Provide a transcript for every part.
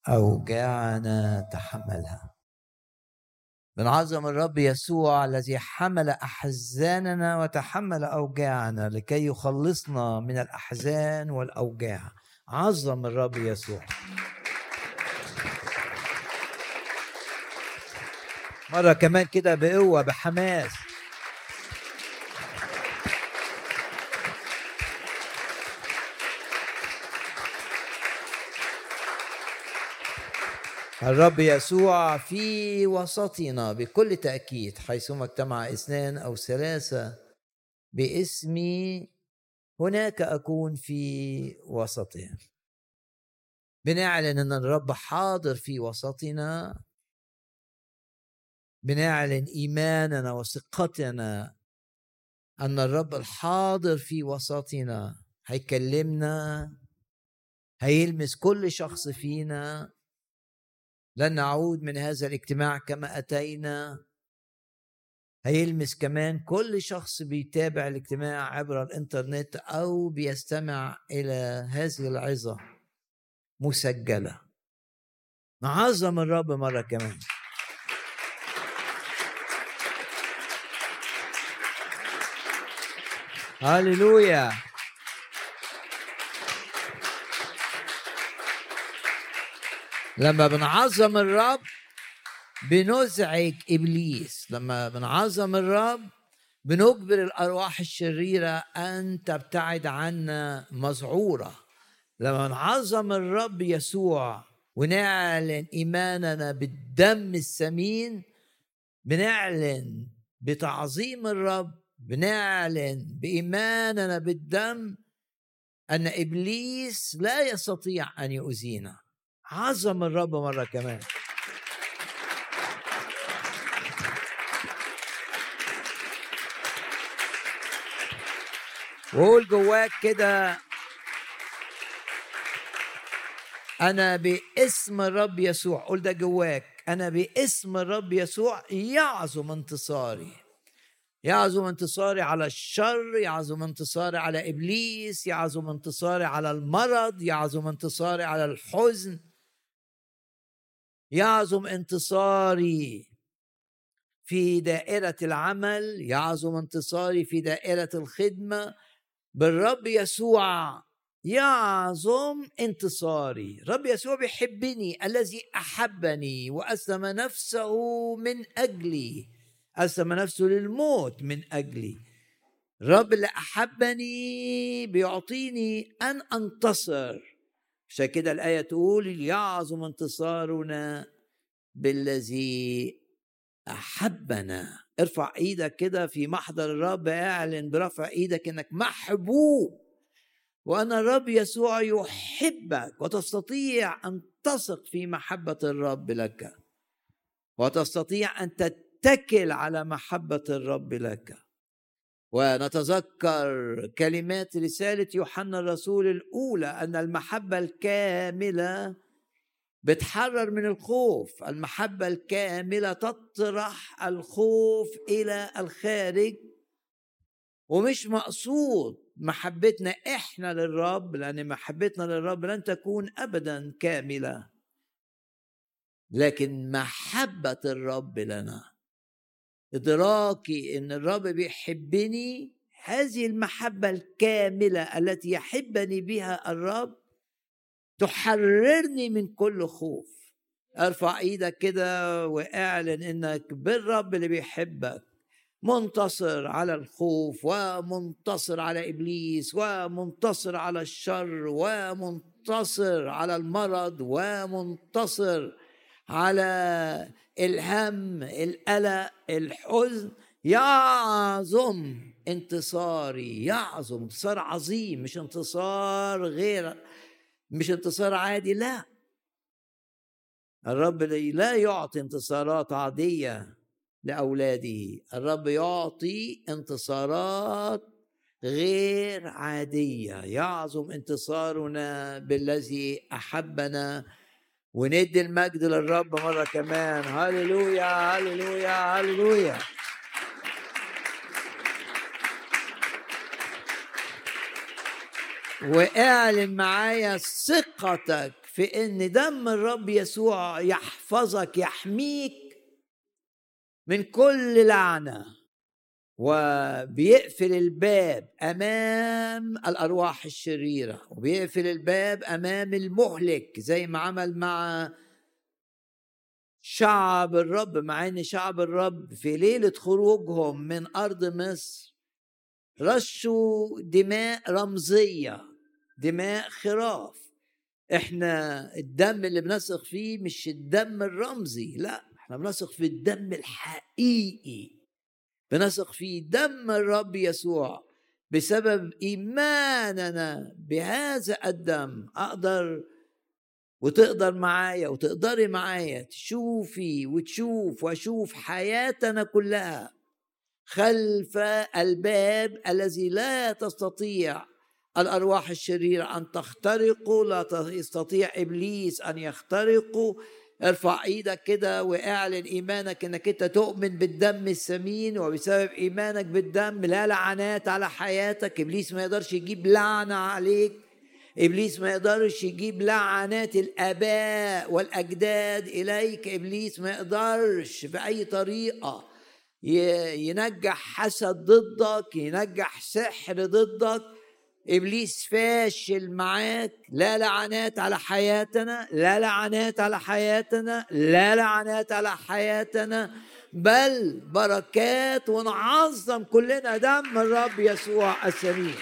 أوجاعنا تحملها. بنعظم الرب يسوع الذي حمل أحزاننا وتحمل أوجاعنا لكي يخلصنا من الأحزان والأوجاع. عظم الرب يسوع. مرة كمان كده بقوة بحماس. الرب يسوع في وسطنا بكل تأكيد، حيثما اجتمع 2 أو 3 باسمي هناك أكون في وسطهم. بنعلن أن الرب حاضر في وسطنا، بنعلن إيماننا وثقتنا أن الرب الحاضر في وسطنا هيكلمنا، هيلمس كل شخص فينا. لن نعود من هذا الاجتماع كما أتينا. هيلمس كمان كل شخص بيتابع الاجتماع عبر الانترنت أو بيستمع إلى هذه العظة مسجلة. نعظم الرب مرة كمان. هاليلويا. لما بنعظم الرب بنزعج إبليس. لما بنعظم الرب بنجبر الأرواح الشريرة أن تبتعد عنا مذعورة. لما نعظم الرب يسوع ونعلن إيماننا بالدم الثمين، بنعلن بتعظيم الرب، بنعلن بإيماننا بالدم أن إبليس لا يستطيع أن يؤذينا. عظم الرب مرة كمان. وقول جواك كده: أنا باسم الرب يسوع. قول ده جواك: أنا باسم الرب يسوع يعظم انتصاري. يعظم انتصاري على الشر، يعظم انتصاري على إبليس، يعظم انتصاري على المرض، يعظم انتصاري على الحزن، يعظم انتصاري في دائرة العمل، يعظم انتصاري في دائرة الخدمة. بالرب يسوع يعظم انتصاري. رب يسوع بيحبني، الذي أحبني وأسلم نفسه من أجلي، أسلم نفسه للموت من أجلي. الرب اللي أحبني بيعطيني أن أنتصر. عشان كده الآية تقول: يعظم انتصارنا بالذي أحبنا. ارفع ايدك كده في محضر الرب، اعلن برفع ايدك انك محبوب، وأن الرب يسوع يحبك، وتستطيع أن تثق في محبة الرب لك، وتستطيع أن تتكل على محبة الرب لك. ونتذكر كلمات رسالة يوحنا الرسول الأولى أن المحبة الكاملة بتحرر من الخوف. المحبة الكاملة تطرح الخوف إلى الخارج. ومش مقصود محبتنا إحنا للرب، لأن محبتنا للرب لن تكون أبدا كاملة، لكن محبة الرب لنا، إدراكي إن الرب بيحبني، هذه المحبة الكاملة التي يحبني بها الرب تحررني من كل خوف. ارفع ايدك كده واعلن انك بالرب اللي بيحبك منتصر على الخوف، ومنتصر على إبليس، ومنتصر على الشر، ومنتصر على المرض، ومنتصر على الهم، القلق، الحزن. يعظم انتصاري، يعظم انتصار عظيم، مش انتصار مش انتصار عادي. لا، الرب لا يعطي انتصارات عادية لأولاده. الرب يعطي انتصارات غير عادية. يعظم انتصارنا بالذي أحبنا. وندي المجد للرب مرة كمان. هاليلويا هاليلويا هاليلويا. واعلن معايا ثقتك في ان دم الرب يسوع يحفظك يحميك من كل لعنة، وبيقفل الباب أمام الأرواح الشريرة، وبيقفل الباب أمام المهلك زي ما عمل مع شعب الرب. مع ان شعب الرب في ليلة خروجهم من أرض مصر رشوا دماء رمزية، دماء خراف. احنا الدم اللي بنثق فيه مش الدم الرمزي، لا، احنا بنثق في الدم الحقيقي، بنثق في دم الرب يسوع. بسبب إيماننا بهذا الدم أقدر وتقدر معايا وتقدري معايا تشوفي وتشوف وأشوف حياتنا كلها خلف الباب الذي لا تستطيع الأرواح الشريرة أن تخترقه، لا يستطيع إبليس أن يخترقه. ارفع ايدك كده واعلن ايمانك انك انت تؤمن بالدم الثمين، وبسبب ايمانك بالدم لا لعنات على حياتك. ابليس ما يقدرش يجيب لعنة عليك، ابليس ما يقدرش يجيب لعنات الاباء والاجداد اليك، ابليس ما يقدرش باي طريقة ينجح حسد ضدك، ينجح سحر ضدك. إبليس فاشل معاك. لا لعنات على حياتنا، لا لعنات على حياتنا، لا لعنات على حياتنا، بل بركات. ونعظم كلنا دم الرب يسوع الثمين.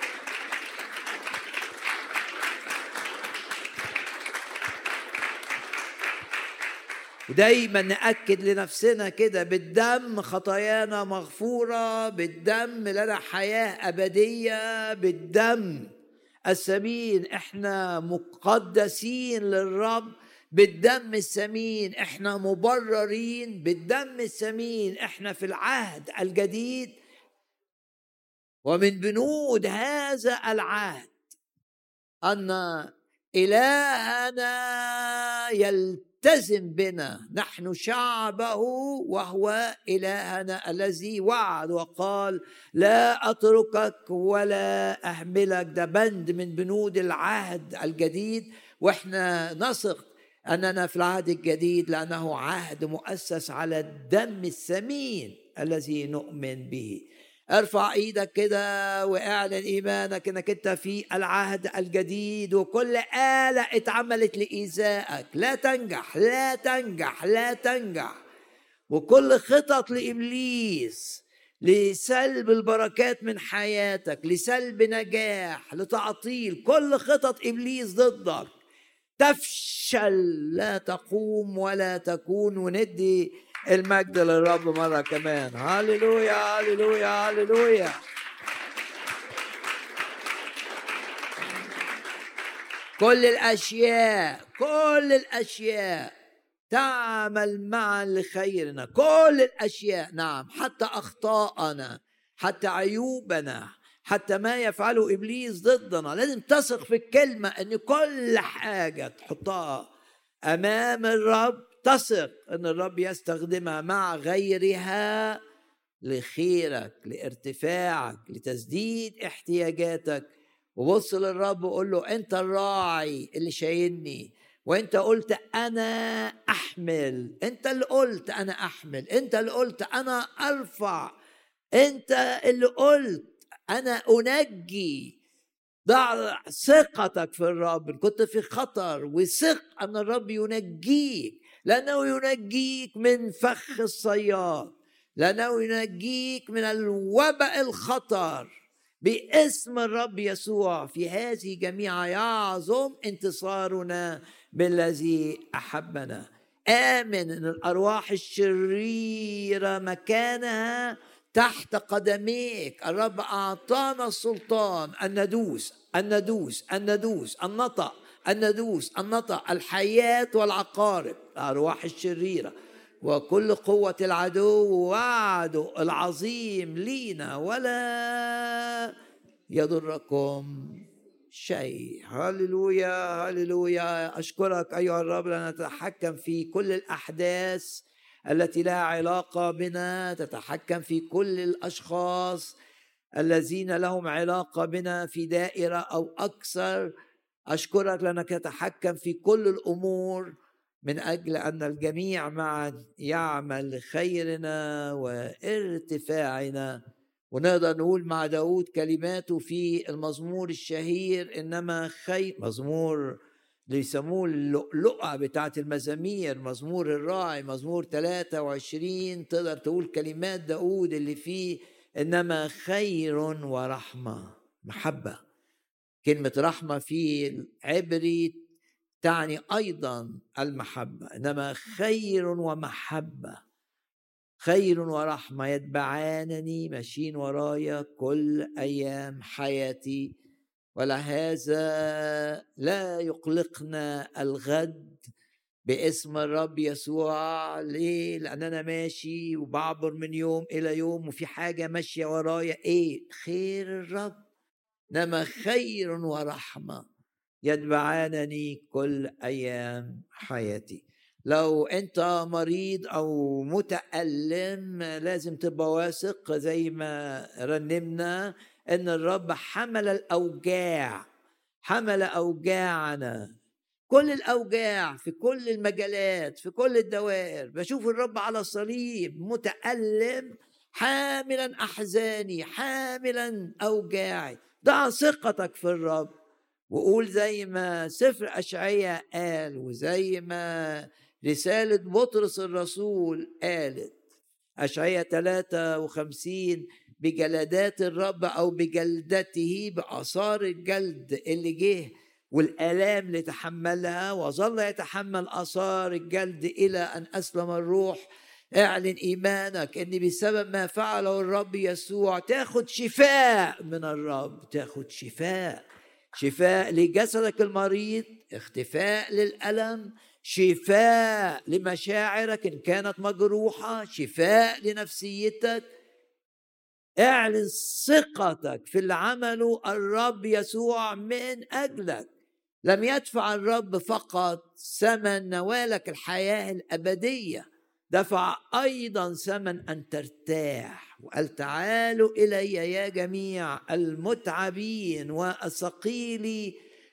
ودايما نأكد لنفسنا كده بالدم خطايانا مغفورة، بالدم لنا حياة أبدية، بالدم الثمين احنا مقدسين للرب، بالدم الثمين احنا مبررين، بالدم الثمين احنا في العهد الجديد. ومن بنود هذا العهد أن إلهنا يلتزم بنا، نحن شعبه وهو إلهنا الذي وعد وقال لا أتركك ولا أهملك. ده بند من بنود العهد الجديد، وإحنا نثق أننا في العهد الجديد لأنه عهد مؤسس على الدم الثمين الذي نؤمن به. ارفع ايدك كده واعلن ايمانك انك انت في العهد الجديد، وكل آلة اتعملت لإيذائك لا تنجح لا تنجح لا تنجح، وكل خطط لإبليس لسلب البركات من حياتك، لسلب نجاح، لتعطيل، كل خطط إبليس ضدك تفشل، لا تقوم ولا تكون. وندي المجد للرب مرة كمان. هاليلويا هاليلويا هاليلويا. كل الأشياء تعمل معا لخيرنا، كل الأشياء، نعم، حتى أخطاءنا، حتى عيوبنا، حتى ما يفعله إبليس ضدنا. لازم تثق في الكلمة أن كل حاجة تحطها أمام الرب تثق أن الرب يستخدمها مع غيرها لخيرك، لارتفاعك، لتسديد احتياجاتك. وبص للرب وقول له أنت الراعي اللي شايلني، وانت قلت انا احمل، انت اللي قلت انا احمل، انت اللي قلت انا ارفع، انت اللي قلت انا انجي. ضع ثقتك في الرب إن كنت في خطر، وثق ان الرب ينجيك، لانه ينجيك من فخ الصياد، لانه ينجيك من الوباء الخطر باسم الرب يسوع. في هذه جميعا يعظم انتصارنا بالذي أحبنا. آمن أن الأرواح الشريرة مكانها تحت قدميك. الرب أعطانا السلطان أن ندوس النطق الحياة والعقارب، الأرواح الشريرة وكل قوة العدو. وعده العظيم لينا ولا يضركم شيء. هللويا هللويا. أشكرك أيها الرب لأن نتحكم في كل الأحداث التي لها علاقة بنا، تتحكم في كل الأشخاص الذين لهم علاقة بنا في دائرة أو أكثر. أشكرك لأنك تتحكم في كل الأمور من أجل أن الجميع معا يعمل لخيرنا وارتفاعنا. ونقدر نقول مع داود كلماته في المزمور الشهير، إنما مزمور اللي يسموه اللؤلؤة بتاعت المزامير، مزمور الراعي، مزمور 23. تقدر تقول كلمات داود اللي فيه إنما خير ورحمة، محبة. كلمة رحمة في العبري تعني أيضا المحبة، إنما خير ومحبة، خير ورحمة يتبعانني ماشيين ورايا كل أيام حياتي، ولهذا لا يقلقنا الغد باسم الرب يسوع. ليه؟ لأن أنا ماشي وبعبر من يوم إلى يوم وفي حاجة ماشية ورايا، إيه؟ خير الرب، إنما خير ورحمة يتبعانني كل أيام حياتي. لو أنت مريض أو متألم لازم تبقى واثق زي ما رنمنا إن الرب حمل الأوجاع، حمل أوجاعنا، كل الأوجاع في كل المجالات في كل الدوائر. بشوف الرب على الصليب متألم حاملا أحزاني، حاملا أوجاعي. ضع ثقتك في الرب وقول زي ما سفر أشعياء قال، وزي ما رسالة بطرس الرسول قالت، أشعياء 53: بجلدات الرب أو بجلدته، بآثار الجلد اللي جه والآلام اللي تحملها وظل يتحمل آثار الجلد إلى أن أسلم الروح. اعلن إيمانك إن بسبب ما فعله الرب يسوع تاخد شفاء من الرب، تاخد شفاء، شفاء لجسدك المريض، اختفاء للألم، شفاء لمشاعرك إن كانت مجروحة، شفاء لنفسيتك. اعلن ثقتك في اللي عمله الرب يسوع من أجلك. لم يدفع الرب فقط ثمن نوالك الحياة الأبدية، دفع أيضا ثمن أن ترتاح. وقال تعالوا إلي يا جميع المتعبين والثقيلي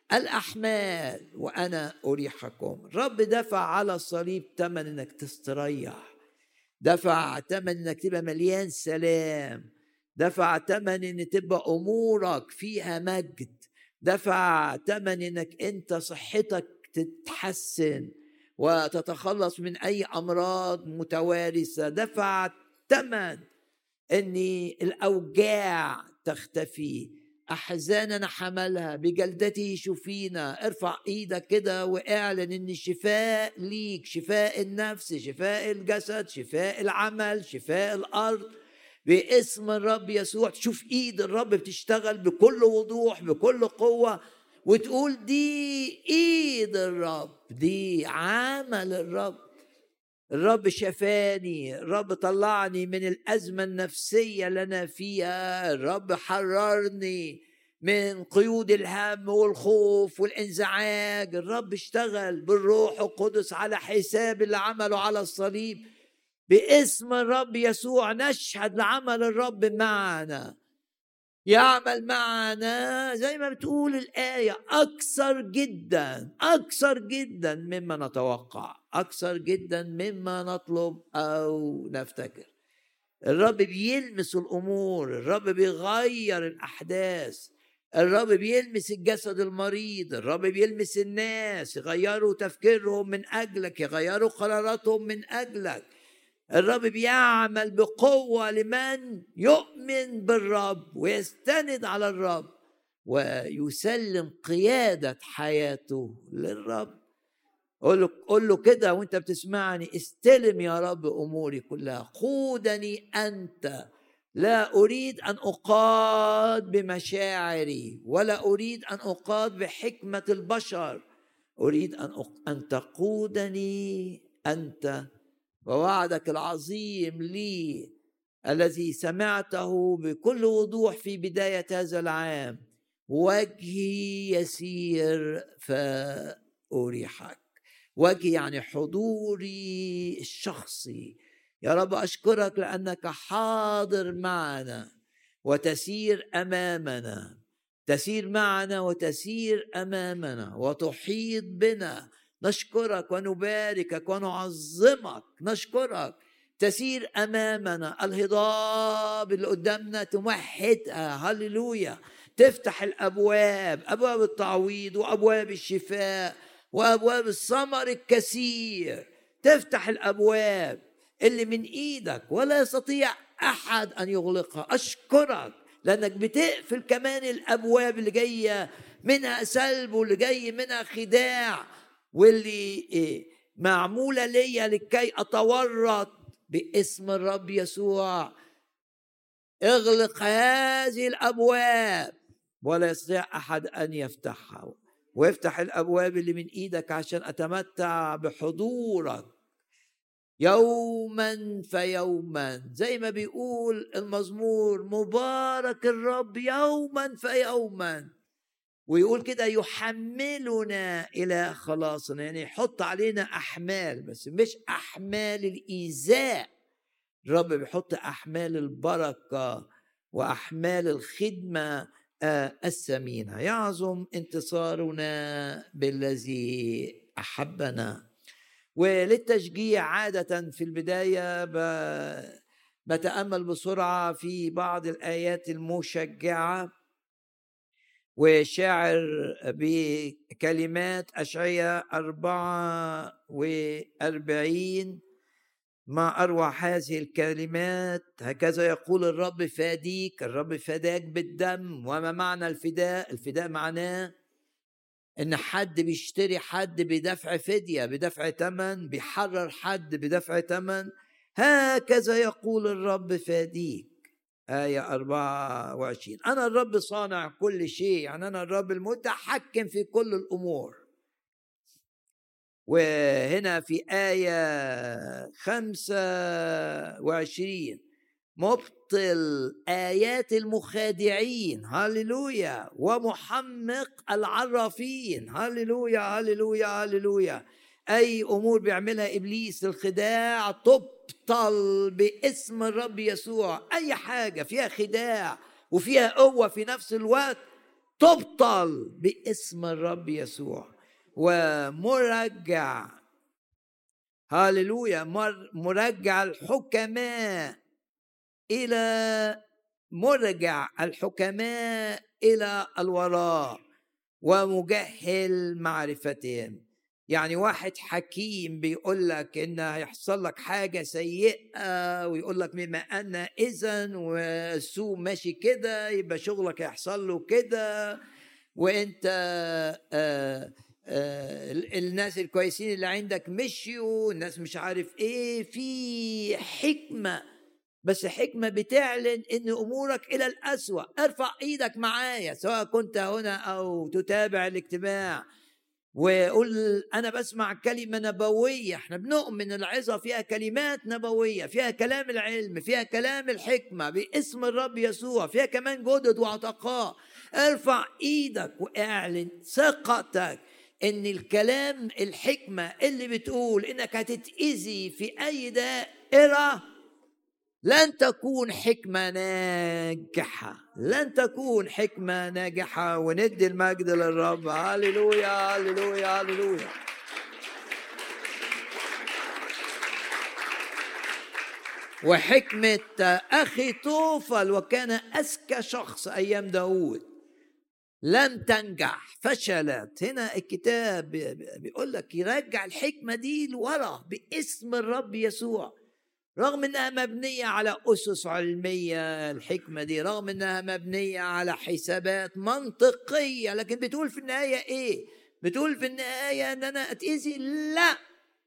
الأحمال وأنا أريحكم. الرب دفع على الصليب ثمن أنك تستريح، دفع ثمن أنك تبقى مليان سلام، دفع ثمن أن تبقى أمورك فيها مجد، دفع ثمن أنك أنت صحتك تتحسن وتتخلص من أي أمراض متوارثة، دفع ثمن أن الأوجاع تختفي، أحزاننا حملها بجلدته شفينا. ارفع إيدك كده واعلن أن الشفاء ليك، شفاء النفس، شفاء الجسد، شفاء العمل، شفاء الأرض، باسم الرب يسوع. تشوف إيد الرب بتشتغل بكل وضوح بكل قوة وتقول دي إيد الرب، دي عمل الرب. الرب شفاني، الرب طلعني من الأزمة النفسية اللي أنا فيها، الرب حررني من قيود الهم والخوف والانزعاج. الرب اشتغل بالروح القدس على حساب اللي عمله على الصليب. باسم الرب يسوع نشهد لعمل الرب معنا، يعمل معنا زي ما بتقول الآية أكثر جدا، أكثر جدا مما نتوقع، أكثر جدا مما نطلب أو نفتكر. الرب بيلمس الأمور، الرب بيغير الأحداث، الرب بيلمس الجسد المريض، الرب بيلمس الناس يغيروا تفكيرهم من أجلك، يغيروا قراراتهم من أجلك. الرب بيعمل بقوة لمن يؤمن بالرب ويستند على الرب ويسلم قيادة حياته للرب. قول له كده وانت بتسمعني: استلم يا رب أموري كلها، قودني أنت، لا أريد أن أقاد بمشاعري ولا أريد أن أقاد بحكمة البشر، أريد أن تقودني أنت. ووعدك العظيم لي الذي سمعته بكل وضوح في بداية هذا العام: وجهي يسير فأريحك. وجهي يعني حضوري الشخصي. يا رب أشكرك لأنك حاضر معنا وتسير أمامنا تسير معنا وتسير أمامنا وتحيط بنا. نشكرك ونباركك ونعظمك. نشكرك. تسير أمامنا، الهضاب اللي قدامنا تمهدها. هللويا. تفتح الأبواب، أبواب التعويض وأبواب الشفاء وأبواب الثمر الكثير. تفتح الأبواب اللي من إيدك ولا يستطيع أحد أن يغلقها. أشكرك لأنك بتقفل كمان الأبواب اللي جاية منها سلب واللي جاي منها خداع واللي معمولة ليا لكي أتورط. باسم الرب يسوع اغلق هذه الأبواب ولا يستطيع أحد أن يفتحها، وافتح الأبواب اللي من إيدك عشان أتمتع بحضورك يوما فيوما. زي ما بيقول المزمور: مبارك الرب يوما فيوما. ويقول كده: يحملنا إلى خلاصنا، يعني يحط علينا أحمال، بس مش أحمال الإيذاء. الرب بيحط أحمال البركة وأحمال الخدمة الثمينة. يعظم انتصارنا بالذي أحبنا. وللتشجيع عادة في البداية بتأمل بسرعة في بعض الآيات المشجعة، وشاعر بكلمات أشعياء 44: ما أروع هذه الكلمات، هكذا يقول الرب فاديك. الرب فداك بالدم. وما معنى الفداء؟ الفداء معناه إن حد بيشتري حد بدفع فدية، بدفع ثمن، بيحرر حد بدفع ثمن. هكذا يقول الرب فاديك. آية 24: أنا الرب صانع كل شيء، يعني أنا الرب المتحكم في كل الأمور. وهنا في آية 25: مبطل آيات المخادعين، هللويا، ومحمق العرافين. هللويا هللويا هللويا. أي أمور بيعملها إبليس للخداع تبطل باسم الرب يسوع. أي حاجة فيها خداع وفيها قوة في نفس الوقت تبطل باسم الرب يسوع. ومرجع، هاللويا، مرجع الحكماء إلى مرجع الحكماء إلى الوراء ومجهل معرفتهم. يعني واحد حكيم بيقول لك إن هيحصل لك حاجة سيئة، ويقول لك بما أن إذن والسوق ماشي كده يبقى شغلك هيحصل له كده، وإنت الناس الكويسين اللي عندك مشيوا، الناس مش عارف ايه. في حكمة، بس حكمة بتعلن ان امورك الى الأسوأ. ارفع ايدك معايا سواء كنت هنا او تتابع الاجتماع، وقول: انا بسمع كلمة نبوية. احنا بنؤمن العظة فيها كلمات نبوية، فيها كلام العلم، فيها كلام الحكمة باسم الرب يسوع، فيها كمان جدد وعتقاء. ارفع ايدك واعلن ثقتك ان الكلام الحكمة اللي بتقول انك هتتأذي في اي دائرة لن تكون حكمة ناجحة، لن تكون حكمة ناجحة. وندي المجد للرب. هاللويا هاللويا هاللويا. وحكمة أخي طوفل، وكان أذكى شخص أيام داود، لم تنجح، فشلت. هنا الكتاب بيقول لك يرجع الحكمة دي لورا باسم الرب يسوع. رغم انها مبنية على أسس علمية، الحكمة دي رغم انها مبنية على حسابات منطقية، لكن بتقول في النهاية ايه؟ بتقول في النهاية ان انا اتأذي؟ لا.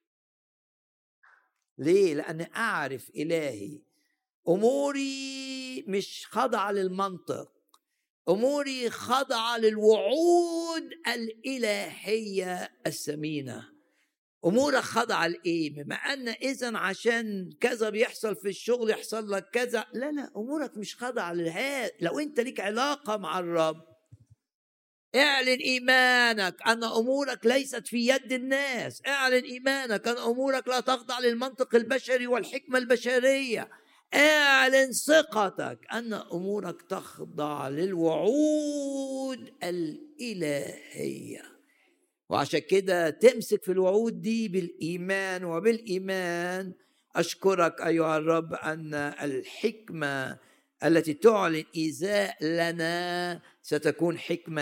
ليه؟ لأن أعرف إلهي. أموري مش خاضعة للمنطق، أموري خاضعة للوعود الإلهية الثمينة. أمورك خاضعة لإيه؟ بما أن إذن عشان كذا بيحصل في الشغل يحصل لك كذا. لا لا، أمورك مش خاضعة لهذا. لو أنت ليك علاقة مع الرب، اعلن إيمانك أن أمورك ليست في يد الناس. اعلن إيمانك أن أمورك لا تخضع للمنطق البشري والحكمة البشرية. اعلن ثقتك أن أمورك تخضع للوعود الإلهية، وعشان كده تمسك في الوعود دي بالإيمان. وبالإيمان أشكرك أيها الرب أن الحكمة التي تعلن إيذاء لنا ستكون حكمة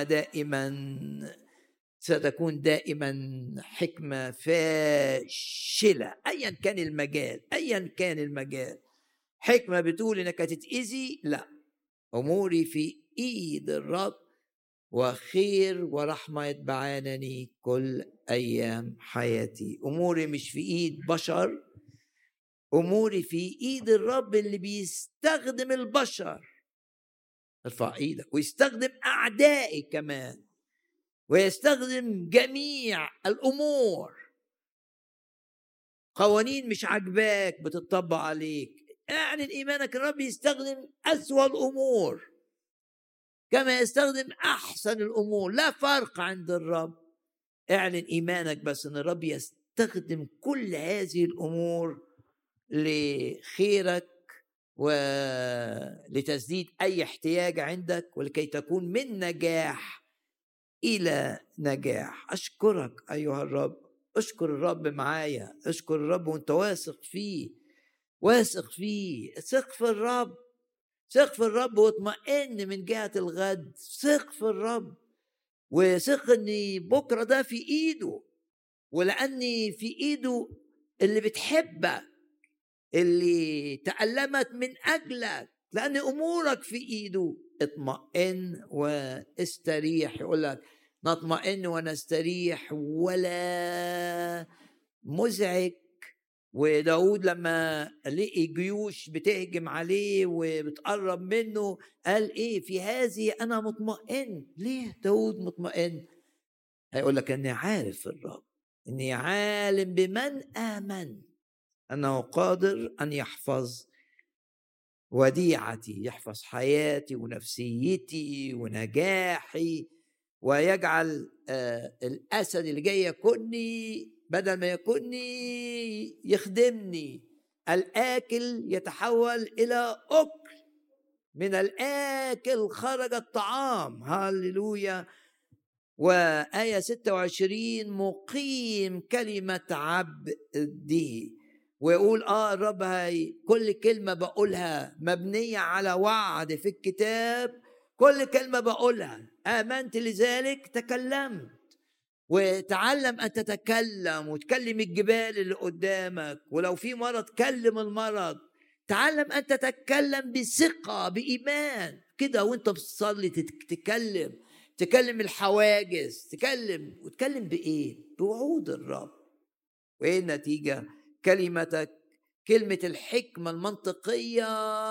ستكون دائما حكمة فاشلة أيا كان المجال. حكمة بتقول إنك هتتأذي، لا، أموري في إيد الرب وخير ورحمة يتبعانني كل أيام حياتي. أموري مش في إيد بشر، أموري في إيد الرب اللي بيستخدم البشر. ارفع إيدك. ويستخدم أعدائي كمان، ويستخدم جميع الأمور. قوانين مش عجباك بتطبق عليك، اعلن إيمانك الرب يستخدم أسوأ الأمور كما يستخدم أحسن الأمور، لا فرق عند الرب. اعلن إيمانك بس أن الرب يستخدم كل هذه الأمور لخيرك ولتسديد أي احتياج عندك، ولكي تكون من نجاح إلى نجاح. أشكرك أيها الرب. أشكر الرب معايا، أشكر الرب وأنت واثق فيه، ثق في الرب، ثق في الرب واطمئن من جهة الغد. ثق في الرب وثق ان بكرة ده في ايده، ولأني في ايده اللي بتحبك، اللي تألمت من أجلك، لأن أمورك في ايده. اطمئن واستريح. يقول لك نطمئن ونستريح ولا مزعج. وداود لما لقي جيوش بتهجم عليه وبتقرب منه قال ايه؟ في هذه انا مطمئن. ليه داود مطمئن؟ هيقول لك اني عارف الرب، اني عالم بمن آمن انه قادر ان يحفظ وديعتي، يحفظ حياتي ونفسيتي ونجاحي، ويجعل الأسد اللي جاي يكوني بدل ما يكوني يخدمني. الآكل يتحول إلى أكل، من الآكل خرج الطعام. هاللويا. وآية 26 مقيم كلمة عبده. ويقول الرب هاي كل كلمة بقولها مبنية على وعد في الكتاب. كل كلمة بقولها آمنت لذلك تكلمت. وتعلم أن تتكلم وتكلم الجبال اللي قدامك، ولو في مرض كلم المرض. تعلم أن تتكلم بثقة بإيمان كده وانت بتصلي. تكلم الحواجز، وتكلم بإيه؟ بوعود الرب. وإيه النتيجة؟ كلمتك، كلمة الحكمة المنطقية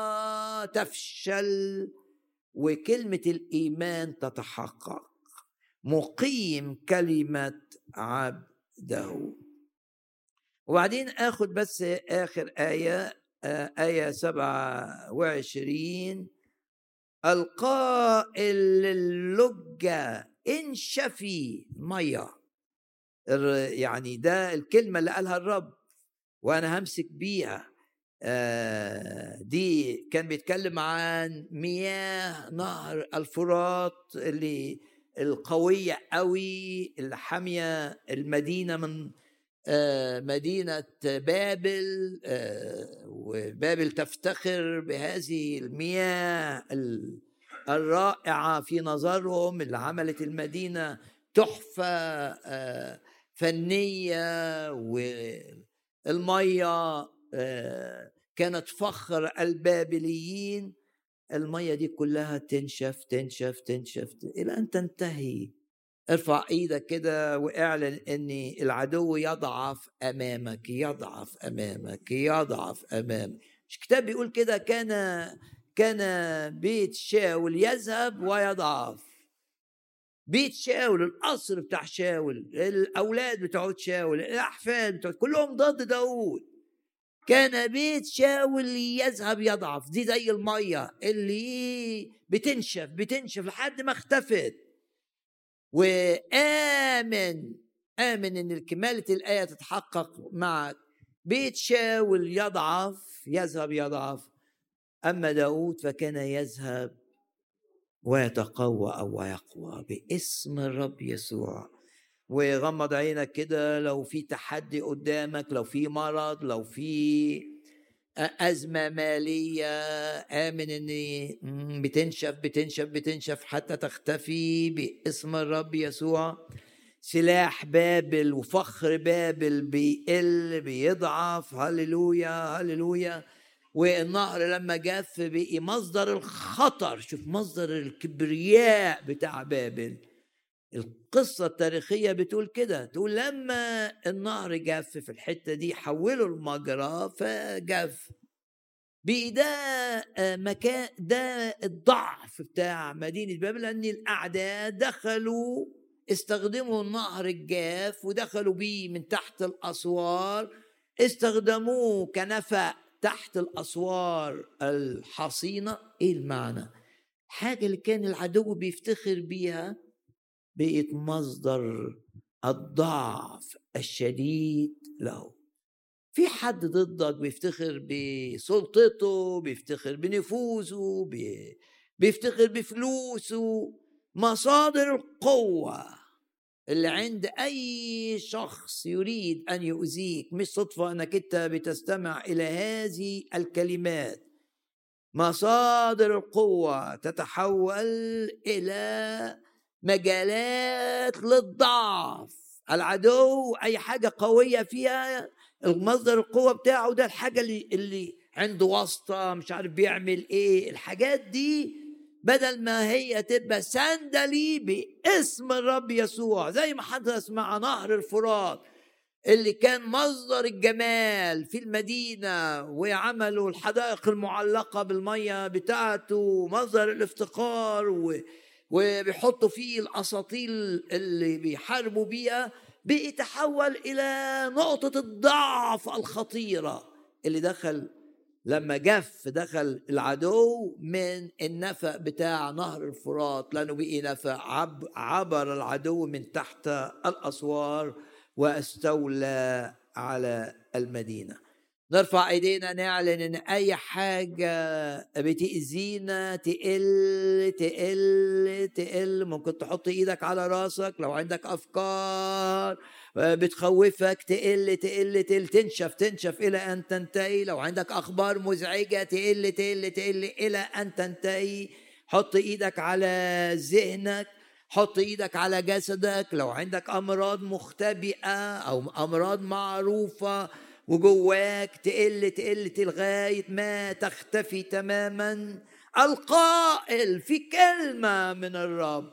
تفشل، وكلمة الإيمان تتحقق. مقيم كلمة عبده. وبعدين أخذ بس آخر آية 27. القائل للجة انشفي مية. يعني ده الكلمة اللي قالها الرب وأنا همسك بيها. دي كان بيتكلم عن مياه نهر الفرات اللي القوية قوي اللي حامية المدينة من مدينة بابل. وبابل تفتخر بهذه المياه الرائعة في نظرهم، اللي عملت المدينة تحفة فنية. والمية كانت فخر البابليين. المية دي كلها تنشف تنشف تنشف إلى أن تنتهي. ارفع ايدك كده واعلن ان العدو يضعف امامك، يضعف امامك، يضعف امامك. مش الكتاب بيقول كده؟ كان بيت شاول يذهب ويضعف. بيت شاول، القصر بتاع شاول، الاولاد بتوع شاول، الاحفاد بتوع كلهم ضد داود. كان بيت شاول يذهب يضعف. دي زي الميه اللي بتنشف لحد ما اختفت. وآمن إن كمالة الآية تتحقق معك. بيت شاول يذهب يضعف، أما داود فكان يذهب ويتقوى أو يقوى باسم الرب يسوع. وغمض عينك كده، لو في تحدي قدامك، لو في مرض، لو في أزمة مالية، آمن إن بتنشف بتنشف بتنشف حتى تختفي باسم الرب يسوع. سلاح بابل وفخر بابل بيقل بيضعف. هللويا هللويا. والنهر لما جاف بقي مصدر الخطر. شوف مصدر الكبرياء بتاع بابل. القصة التاريخية بتقول كده، تقول لما النهر جاف في الحتة دي حولوا المجرى فجاف بقي ده مكان، ده الضعف بتاع مدينة بابل، لأن الأعداء دخلوا استخدموا النهر الجاف ودخلوا بيه من تحت الأسوار، استخدموه كنفق تحت الأسوار الحصينة. إيه المعنى؟ حاجة اللي كان العدو بيفتخر بيها بقت مصدر الضعف الشديد له. في حد ضدك بيفتخر بسلطته، بيفتخر بنفوذه، بيفتخر بفلوسه. مصادر القوة اللي عند أي شخص يريد أن يؤذيك، مش صدفة أنك أنت بتستمع إلى هذه الكلمات. مصادر القوة تتحول إلى مجالات للضعف. العدو أي حاجة قوية فيها المصدر القوة بتاعه ده الحاجة اللي عنده واسطة، مش عارف بيعمل ايه. الحاجات دي بدل ما هي تبقى سندلي باسم الرب يسوع، زي ما حدث مع نهر الفرات اللي كان مصدر الجمال في المدينة، وعملوا الحدائق المعلقة بالمية بتاعته مصدر الافتقار، وبيحطوا فيه الأساطيل اللي بيحاربوا بيها، بيتحول إلى نقطة الضعف الخطيرة اللي دخل لما دخل العدو من النفق بتاع نهر الفرات، لأنه بقي نفق. عبر العدو من تحت الأسوار واستولى على المدينة. نرفع ايدينا نعلن ان اي حاجة بتأذينا تقل تقل تقل. ممكن تحط ايدك على راسك لو عندك افكار بتخوفك تقل تقل تقل، تنشف الى ان تنتهي. لو عندك اخبار مزعجة تقل تقل تقل الى ان تنتهي. حط ايدك على ذهنك، حط ايدك على جسدك. لو عندك امراض مختبئة او امراض معروفة وجواك تقل تقل لغاية ما تختفي تماما. القائل في كلمة من الرب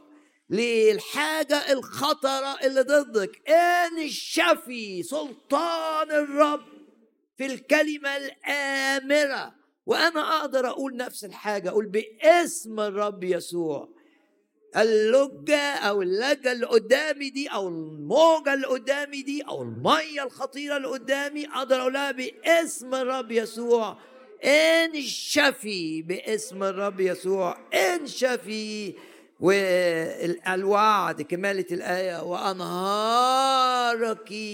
للحاجة الخطرة اللي ضدك، انشفي سلطان الرب في الكلمة الآمرة. وأنا أقدر أقول نفس الحاجة، أقول باسم الرب يسوع اللجة أو اللجة اللي قدامي دي أو الموجة اللي قدامي دي أو المية الخطيرة اللي قدامي، أقدر أقولها باسم الرب يسوع انشفي. باسم الرب يسوع انشفي. والوعد كمالة الآية وأنهارك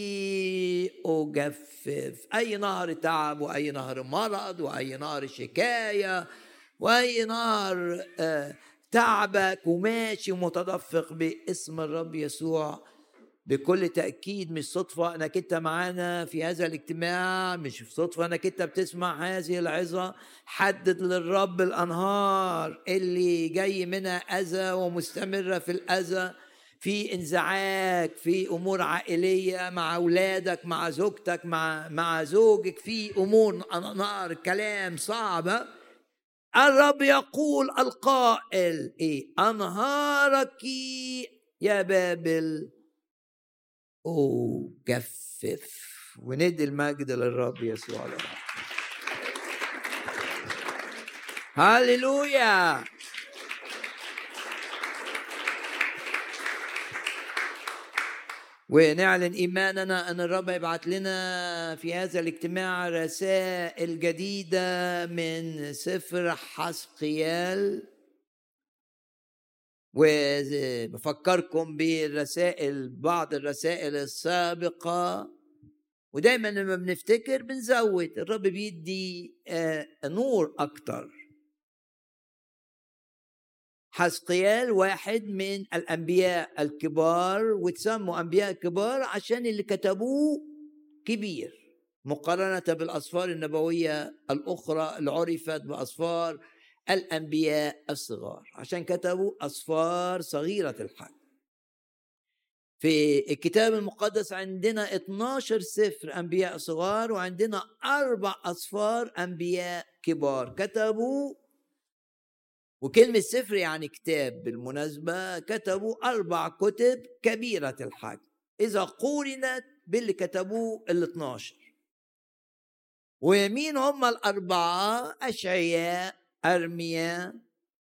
أجفف. أي نهر تعب وأي نهر مرض وأي نهر شكاية وأي نهر تعبك وماشي ومتدفق باسم الرب يسوع. بكل تأكيد مش صدفة أنك أنت معانا في هذا الاجتماع، مش صدفة أنك أنت بتسمع هذه العظة. حدد للرب الأنهار اللي جاي منها أذى ومستمرة في الأذى، في انزعاج، في أمور عائلية مع أولادك، مع زوجتك، مع زوجك، في أمور نار كلام صعبة. الرب يقول القائل ايه؟ انهارك يا بابل جفف. وندي المجد للرب يسوع له. هاليلويا. ونعلن إيماننا أن الرب يبعث لنا في هذا الاجتماع رسائل جديدة من سفر حسقيال. وبفكركم بالرسائل، بعض الرسائل السابقة، ودايما لما بنفتكر بنزود. الرب بيدي نور أكتر. حزقيال واحد من الأنبياء الكبار، وتسموا أنبياء كبار عشان اللي كتبوه كبير مقارنة بالأسفار النبوية الأخرى اللي عرفت بأسفار الأنبياء الصغار، عشان كتبوا أسفار صغيرة الحجم. في الكتاب المقدس عندنا 12 سفر أنبياء صغار، وعندنا 4 أسفار أنبياء كبار كتبوا. وكلمة سفر يعني كتاب بالمناسبة، كتبوا 4 كتب كبيرة الحجم إذا قورنت باللي كتبوه 12. ومين هم 4؟ أشعياء، أرميا،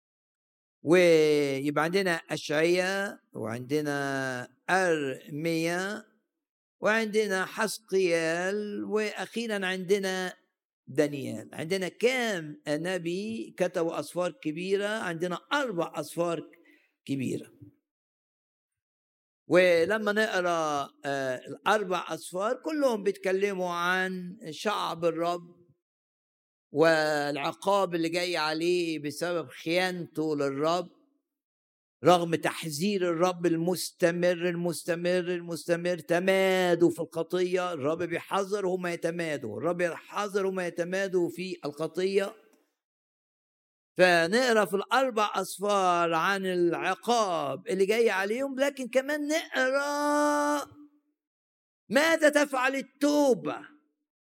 ويبقى عندنا أشعياء وعندنا أرميا وعندنا حزقيال، وأخيرا عندنا دانيال. عندنا كام نبي كتبوا أسفار كبيرة؟ عندنا 4 أسفار كبيرة. ولما نقرأ 4 أسفار كلهم بيتكلموا عن شعب الرب والعقاب اللي جاي عليه بسبب خيانته للرب، رغم تحذير الرب المستمر. تمادوا في الخطية، الرب بيحذر هم يتمادوا، الرب يحذر هم يتمادوا في الخطية. فنقرأ في 4 أسفار عن العقاب اللي جاي عليهم، لكن كمان نقرأ ماذا تفعل التوبة،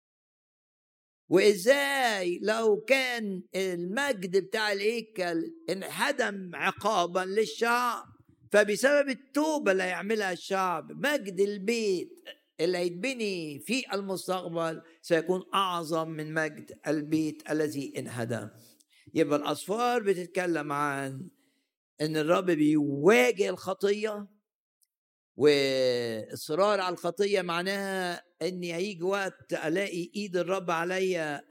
وإزاي لو كان المجد بتاع الهيكل انهدم عقابا للشعب، فبسبب التوبة اللي هيعملها الشعب مجد البيت اللي هيتبني في المستقبل سيكون أعظم من مجد البيت الذي انهدم. يبقى الأسفار بتتكلم عن أن الرب بيواجه الخطية، واصرار على الخطيه معناها ان هيجي وقت الاقي ايد الرب عليا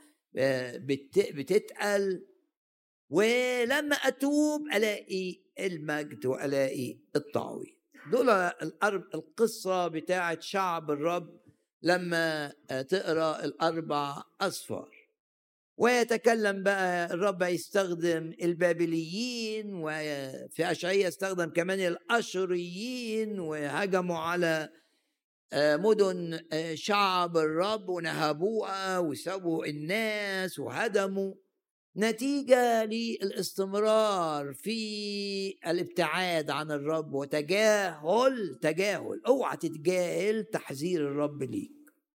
بتتقل، ولما اتوب الاقي المجد والاقي التعويض. دول القصه بتاعت شعب الرب لما تقرا 4 أسفار. ويتكلم بقى الرب يستخدم البابليين، وفي أشعياء استخدم كمان الأشوريين، وهجموا على مدن شعب الرب ونهبوها وسابوا الناس وهدموا، نتيجة للاستمرار في الابتعاد عن الرب وتجاهل. اوعى تتجاهل تحذير الرب ليك.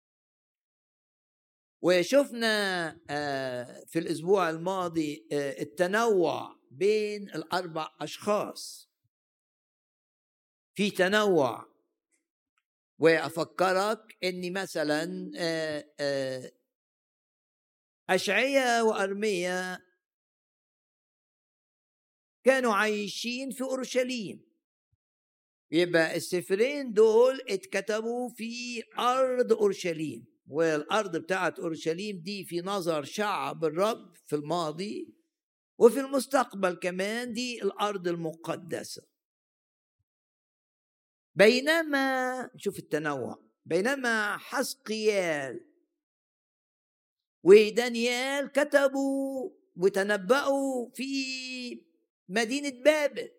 وشفنا في الأسبوع الماضي التنوع بين 4 أشخاص، في تنوع. وأفكرك أني مثلا أشعياء وأرميا كانوا عايشين في أورشليم، يبقى السفرين دول اتكتبوا في أرض أورشليم، والأرض بتاعت أورشليم دي في نظر شعب الرب في الماضي وفي المستقبل كمان دي الأرض المقدسة. بينما نشوف التنوع، بينما حزقيال ودانيال كتبوا وتنبأوا في مدينة بابل،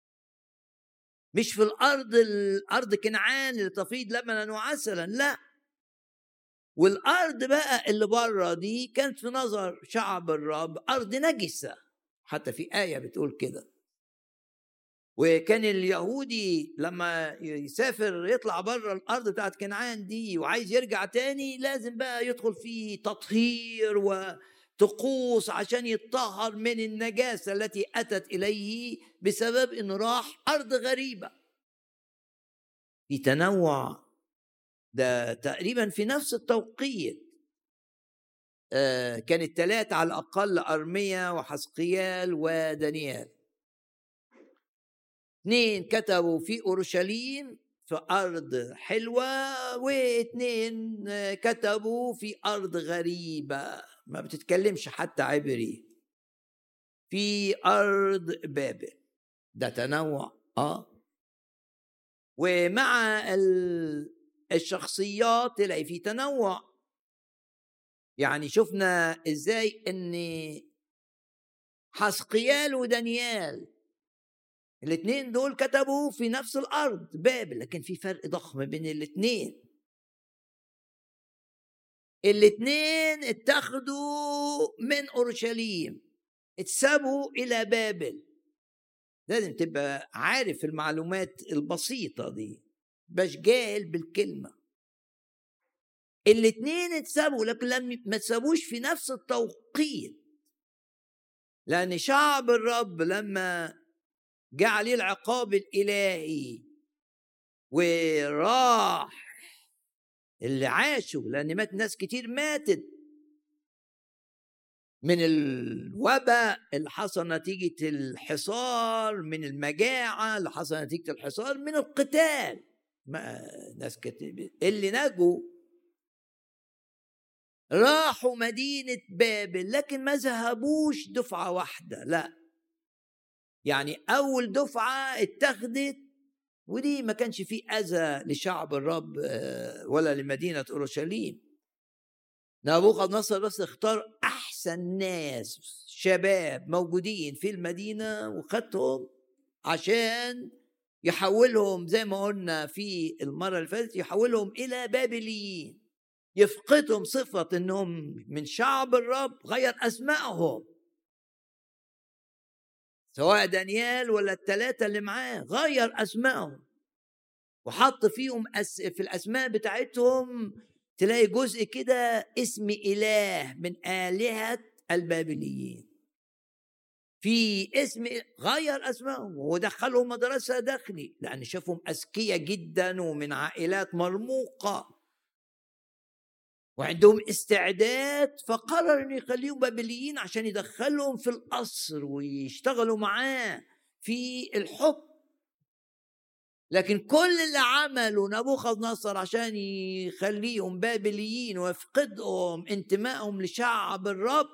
مش في الأرض كنعان اللي تفيض لبنا وعسلا، لا. والأرض بقى اللي بره دي كانت في نظر شعب الرب أرض نجسة، حتى في آية بتقول كده. وكان اليهودي لما يسافر يطلع بره الأرض بتاعت كنعان دي وعايز يرجع تاني لازم بقى يدخل في تطهير وطقوس عشان يتطهر من النجاسة التي أتت إليه بسبب إنه راح أرض غريبة. في تنوع ده تقريبا في نفس التوقيت. كانت 3 على الأقل، أرميا وحزقيال ودانيال. 2 كتبوا في أورشليم في أرض حلوة، و2 كتبوا في أرض غريبة ما بتتكلمش حتى عبري، في أرض بابل. ده تنوع. ومع الشخصيات تلاقي في تنوع. يعني شفنا ازاي ان حزقيال ودانيال الاثنين دول كتبوا في نفس الأرض بابل، لكن في فرق ضخم بين الاثنين. الاثنين اتخذوا من أورشليم، اتسابوا إلى بابل. لازم تبقى عارف المعلومات البسيطة دي، باش جاهل بالكلمة. الاثنين اتسابوا، لكن ما تسابوش في نفس التوقيت، لأن شعب الرب لما جاء عليه العقاب الإلهي وراح اللي عاشوا، لأن مات ناس كتير، ماتت من الوباء اللي حصل نتيجة الحصار، من المجاعة اللي حصل نتيجة الحصار، من القتال. ناس كتير اللي نجوا راحوا مدينة بابل، لكن ما ذهبوش دفعة واحدة، لا، يعني أول دفعة اتخذت، ودي ما كانش فيه أذى لشعب الرب ولا لمدينة أورشليم. نبوخذ نصر بس اختار أحسن ناس شباب موجودين في المدينة وخدهم عشان يحولهم، زي ما قلنا في المرة اللي فاتت، يحولهم إلى بابليين، يفقدهم صفة إنهم من شعب الرب، غير أسمائهم، سواء دانيال ولا الثلاثة اللي معاه، غير أسمائهم وحط فيهم في الأسماء بتاعتهم تلاقي جزء كده اسم إله من آلهة البابليين، في اسم، غير أسمائهم ودخلهم مدرسة داخلي، لأن شافهم أذكياء جدا ومن عائلات مرموقة وعندهم استعداد، فقرر أن يخليهم بابليين عشان يدخلهم في القصر ويشتغلوا معاه في الحكم. لكن كل اللي عمله نبوخذ نصر عشان يخليهم بابليين ويفقدهم انتمائهم لشعب الرب،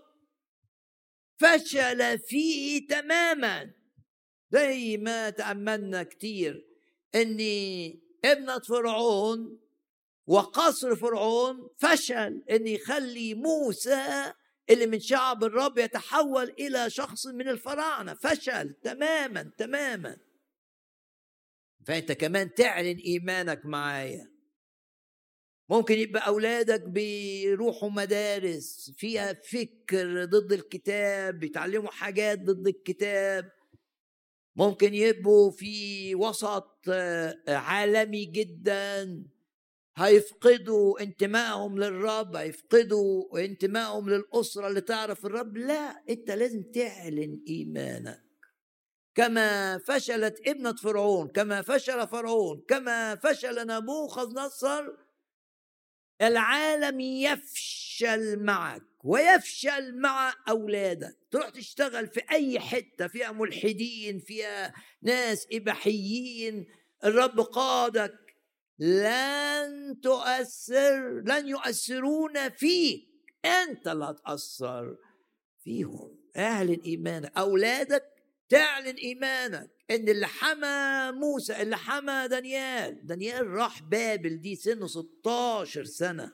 فشل فيه تماما. زي ما تأملنا كتير ان ابنة فرعون وقصر فرعون فشل ان يخلي موسى اللي من شعب الرب يتحول الى شخص من الفراعنة، فشل تماما تماما. فأنت كمان تعلن إيمانك معايا. ممكن يبقى أولادك بيروحوا مدارس فيها فكر ضد الكتاب، بيتعلموا حاجات ضد الكتاب، ممكن يبقوا في وسط عالمي جدا، هيفقدوا انتمائهم للرب، هيفقدوا انتمائهم للأسرة اللي تعرف الرب. لا، أنت لازم تعلن إيمانك. كما فشلت ابنة فرعون، كما فشل فرعون، كما فشل نبوخذ نصر، العالم يفشل معك ويفشل مع أولادك. تروح تشتغل في أي حتة فيها ملحدين، فيها ناس إباحيين، الرب قادك، لن تؤثر، لن يؤثرون فيك، أنت اللي هتأثر فيهم. اعلن إيمانك. أولادك تعلن إيمانك إن اللي حمى موسى، اللي حمى دانيال راح بابل دي سنه 16 سنة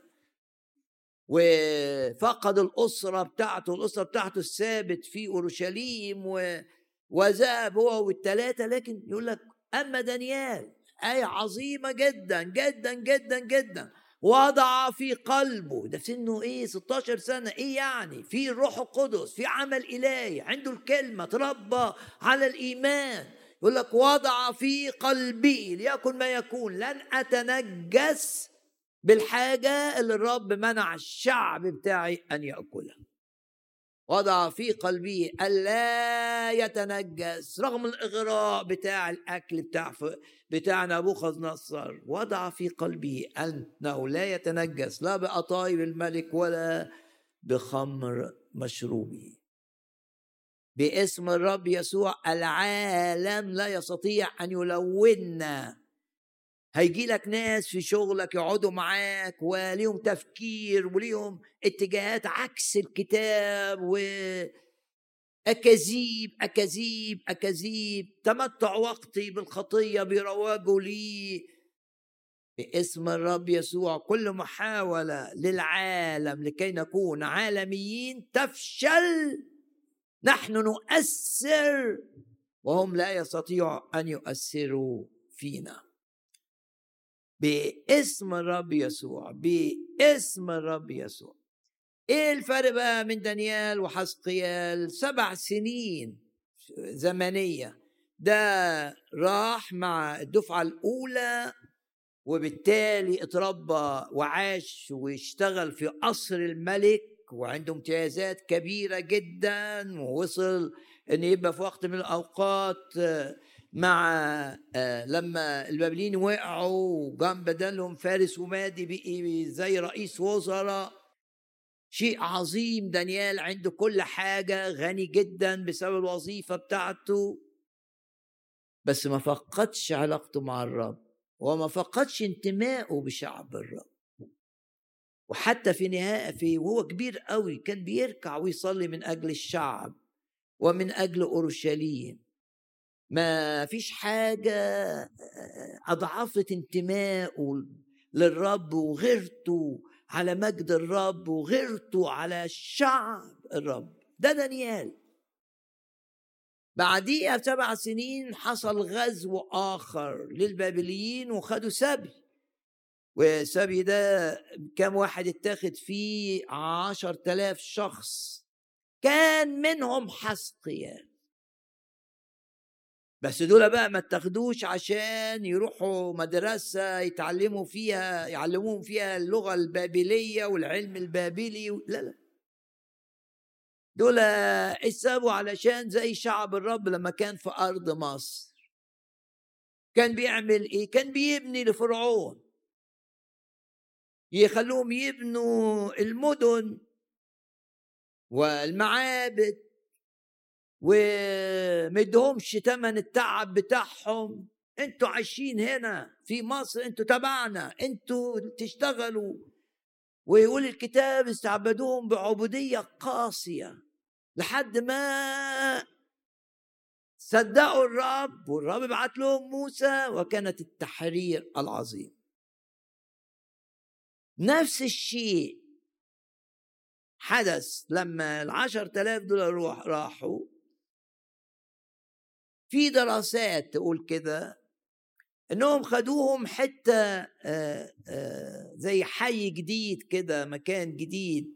وفقد الأسرة بتاعته الثابت في أورشليم وذهب هو والثلاثة. لكن يقول لك أما دانيال، آية عظيمة جدا جدا جدا جدا، وضع في قلبه، ده سنه ايه 16 سنة، ايه يعني، في الروح القدس، في عمل إلهي، عنده الكلمة، تربى على الإيمان. يقول لك وضع في قلبي ليكن ما يكون، لن أتنجس بالحاجة اللي الرب منع الشعب بتاعي أن يأكلها. وضع في قلبي ألا يتنجس رغم الإغراء بتاع الأكل بتاع نبوخذ نصر. وضع في قلبي أنه لا يتنجس لا بأطايب الملك ولا بخمر مشروبه. باسم الرب يسوع العالم لا يستطيع أن يلوننا. هيجي لك ناس في شغلك يقعدوا معاك وليهم تفكير وليهم اتجاهات عكس الكتاب، وأكاذيب أكاذيب أكاذيب، تمتع وقتي بالخطية بيرواجوا لي. باسم الرب يسوع كل محاولة للعالم لكي نكون عالميين تفشل. نحن نؤثر وهم لا يستطيعوا أن يؤثروا فينا. باسم الرب يسوع، باسم الرب يسوع. ايه الفرق بقى من دانيال وحزقيال؟ 7 سنين زمنية. ده راح مع الدفعة الأولى، وبالتالي اتربى وعاش واشتغل في قصر الملك، وعنده امتيازات كبيرة جدا، ووصل ان يبقى في وقت من الأوقات مع لما البابليين وقعوا وقام بدلهم فارس ومادي، بقي زي رئيس وزراء. شيء عظيم. دانيال عنده كل حاجة، غني جدا بسبب الوظيفة بتاعته، بس ما فقدش علاقته مع الرب، وما فقدش انتمائه بشعب الرب. وحتى في نهاية وهو كبير قوي كان بيركع ويصلي من أجل الشعب ومن أجل أورشليم. ما فيش حاجة أضعفت انتمائه للرب وغيرته على مجد الرب وغيرته على شعب الرب. ده دانيال. بعديها 7 سنين حصل غزو آخر للبابليين وخدوا سبي، والسبي ده كم واحد اتاخد فيه؟ 10,000 شخص، كان منهم حزقيال. بس دول بقى ما اتاخدوش عشان يروحوا مدرسة يعلموهم فيها اللغة البابلية والعلم البابلي، لا لا، دول اتسابوا علشان زي شعب الرب لما كان في أرض مصر كان بيعمل ايه؟ كان بيبني لفرعون، يخلوهم يبنوا المدن والمعابد ومدهمش تمن التعب بتاعهم. انتوا عايشين هنا في مصر، انتوا تبعنا، انتوا تشتغلوا. ويقول الكتاب استعبدوهم بعبودية قاسية لحد ما صدقوا الرب، والرب بعت لهم موسى، وكانت التحرير العظيم. نفس الشيء حدث لما 10,000 دول راحوا. في دراسات تقول كده انهم خدوهم حتة زي حي جديد كده، مكان جديد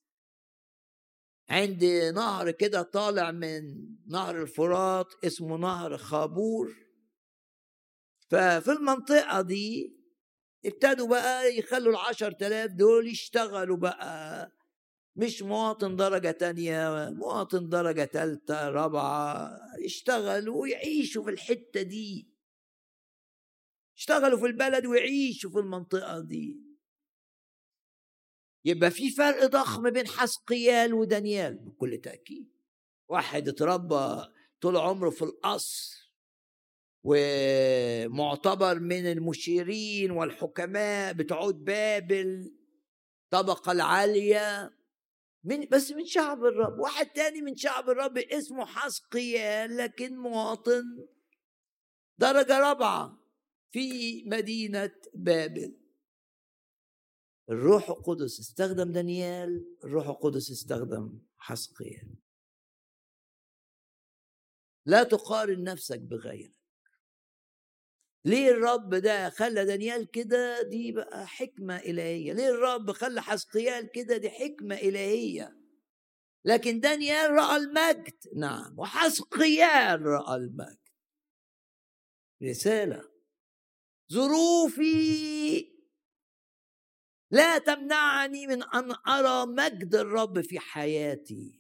عند نهر كده طالع من نهر الفرات اسمه نهر خابور. ففي المنطقة دي ابتدوا بقى يخلوا 10,000 دول يشتغلوا بقى، مش مواطن درجة تانية، مواطن درجة تالتة رابعة، يشتغلوا ويعيشوا في الحتة دي، يشتغلوا في البلد ويعيشوا في المنطقة دي. يبقى في فرق ضخم بين حزقيال ودانيال بكل تأكيد. واحد اتربى طول عمره في القصر ومعتبر من المشيرين والحكماء بتوع بابل، طبقة العالية، بس من شعب الرب. واحد تاني من شعب الرب اسمه حزقيال، لكن مواطن درجة رابعة في مدينة بابل. الروح القدس استخدم دانيال، الروح القدس استخدم حزقيال. لا تقارن نفسك بغيرك. ليه الرب ده خلى دانيال كده؟ دي بقى حكمة إلهية. ليه الرب خلى حزقيال كده؟ دي حكمة إلهية. لكن دانيال رأى المجد، نعم، وحزقيال رأى المجد. رسالة. ظروفي لا تمنعني من أن أرى مجد الرب في حياتي.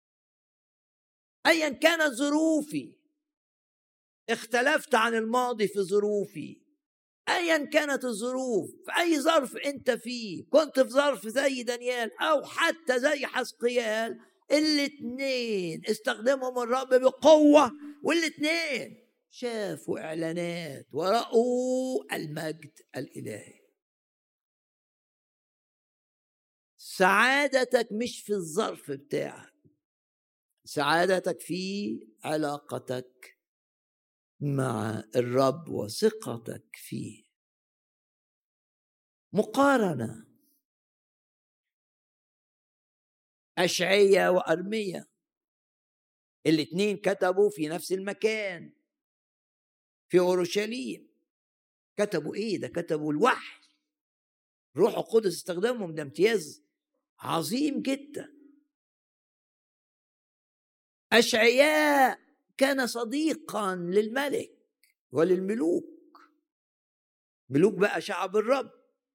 أيا كانت ظروفي، اختلفت عن الماضي في ظروفي، أيا كانت الظروف، في أي ظرف أنت فيه، كنت في ظرف زي دانيال أو حتى زي حزقيال، الاتنين استخدمهم الرب بقوة، والاتنين شافوا إعلانات ورأوا المجد الإلهي. سعادتك مش في الظرف بتاعك، سعادتك في علاقتك مع الرب وثقتك فيه. مقارنة. أشعية وأرمية، الاتنين كتبوا في نفس المكان في أورشليم. كتبوا ايه ده؟ كتبوا الوحي. روح القدس استخدمهم، ده امتياز عظيم جدا. أشعياء كان صديقا للملك وللملوك، ملوك بقى شعب الرب.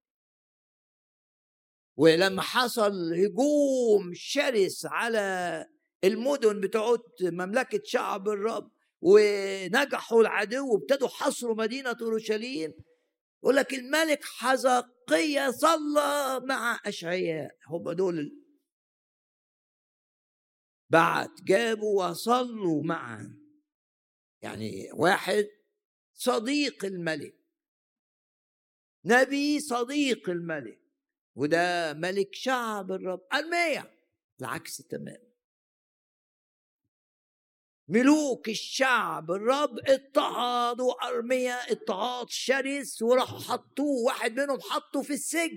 ولما حصل هجوم شرس على المدن بتوعت مملكة شعب الرب ونجحوا العدو وابتدوا حصروا مدينة أورشليم، يقول لك الملك حزقية صلى مع أشعياء. هم دول بعد جابوا وصلوا معا، يعني واحد صديق الملك، نبي صديق الملك، وده ملك شعب الرب. أرميا العكس تمام، ملوك الشعب الرب اضطهدوا أرميا اضطهاد شرس، وراحوا حطوه، واحد منهم حطوه في السجن،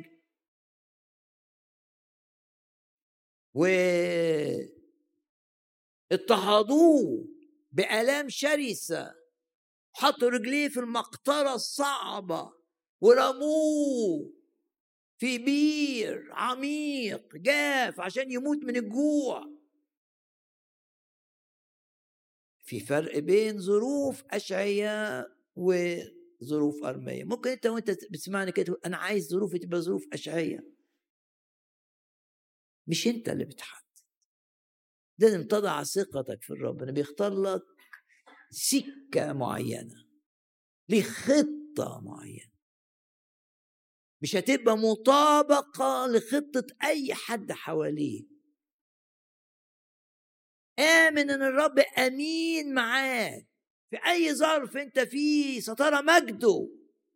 واضطهدوه بآلام شرسة، حطوا رجليه في المقطرة الصعبة ورموه في بير عميق جاف عشان يموت من الجوع. في فرق بين ظروف أشعياء وظروف أرميا. ممكن انت وانت بتسمعني كده انا عايز ظروفي تبقى ظروف أشعياء. مش انت اللي بتحدد، لازم تضع ثقتك في الرب. انا بيختار لك سكة معينة لخطة معينة، مش هتبقى مطابقة لخطة أي حد حواليك. آمن إن الرب أمين معاك في أي ظرف أنت فيه، سترى مجده.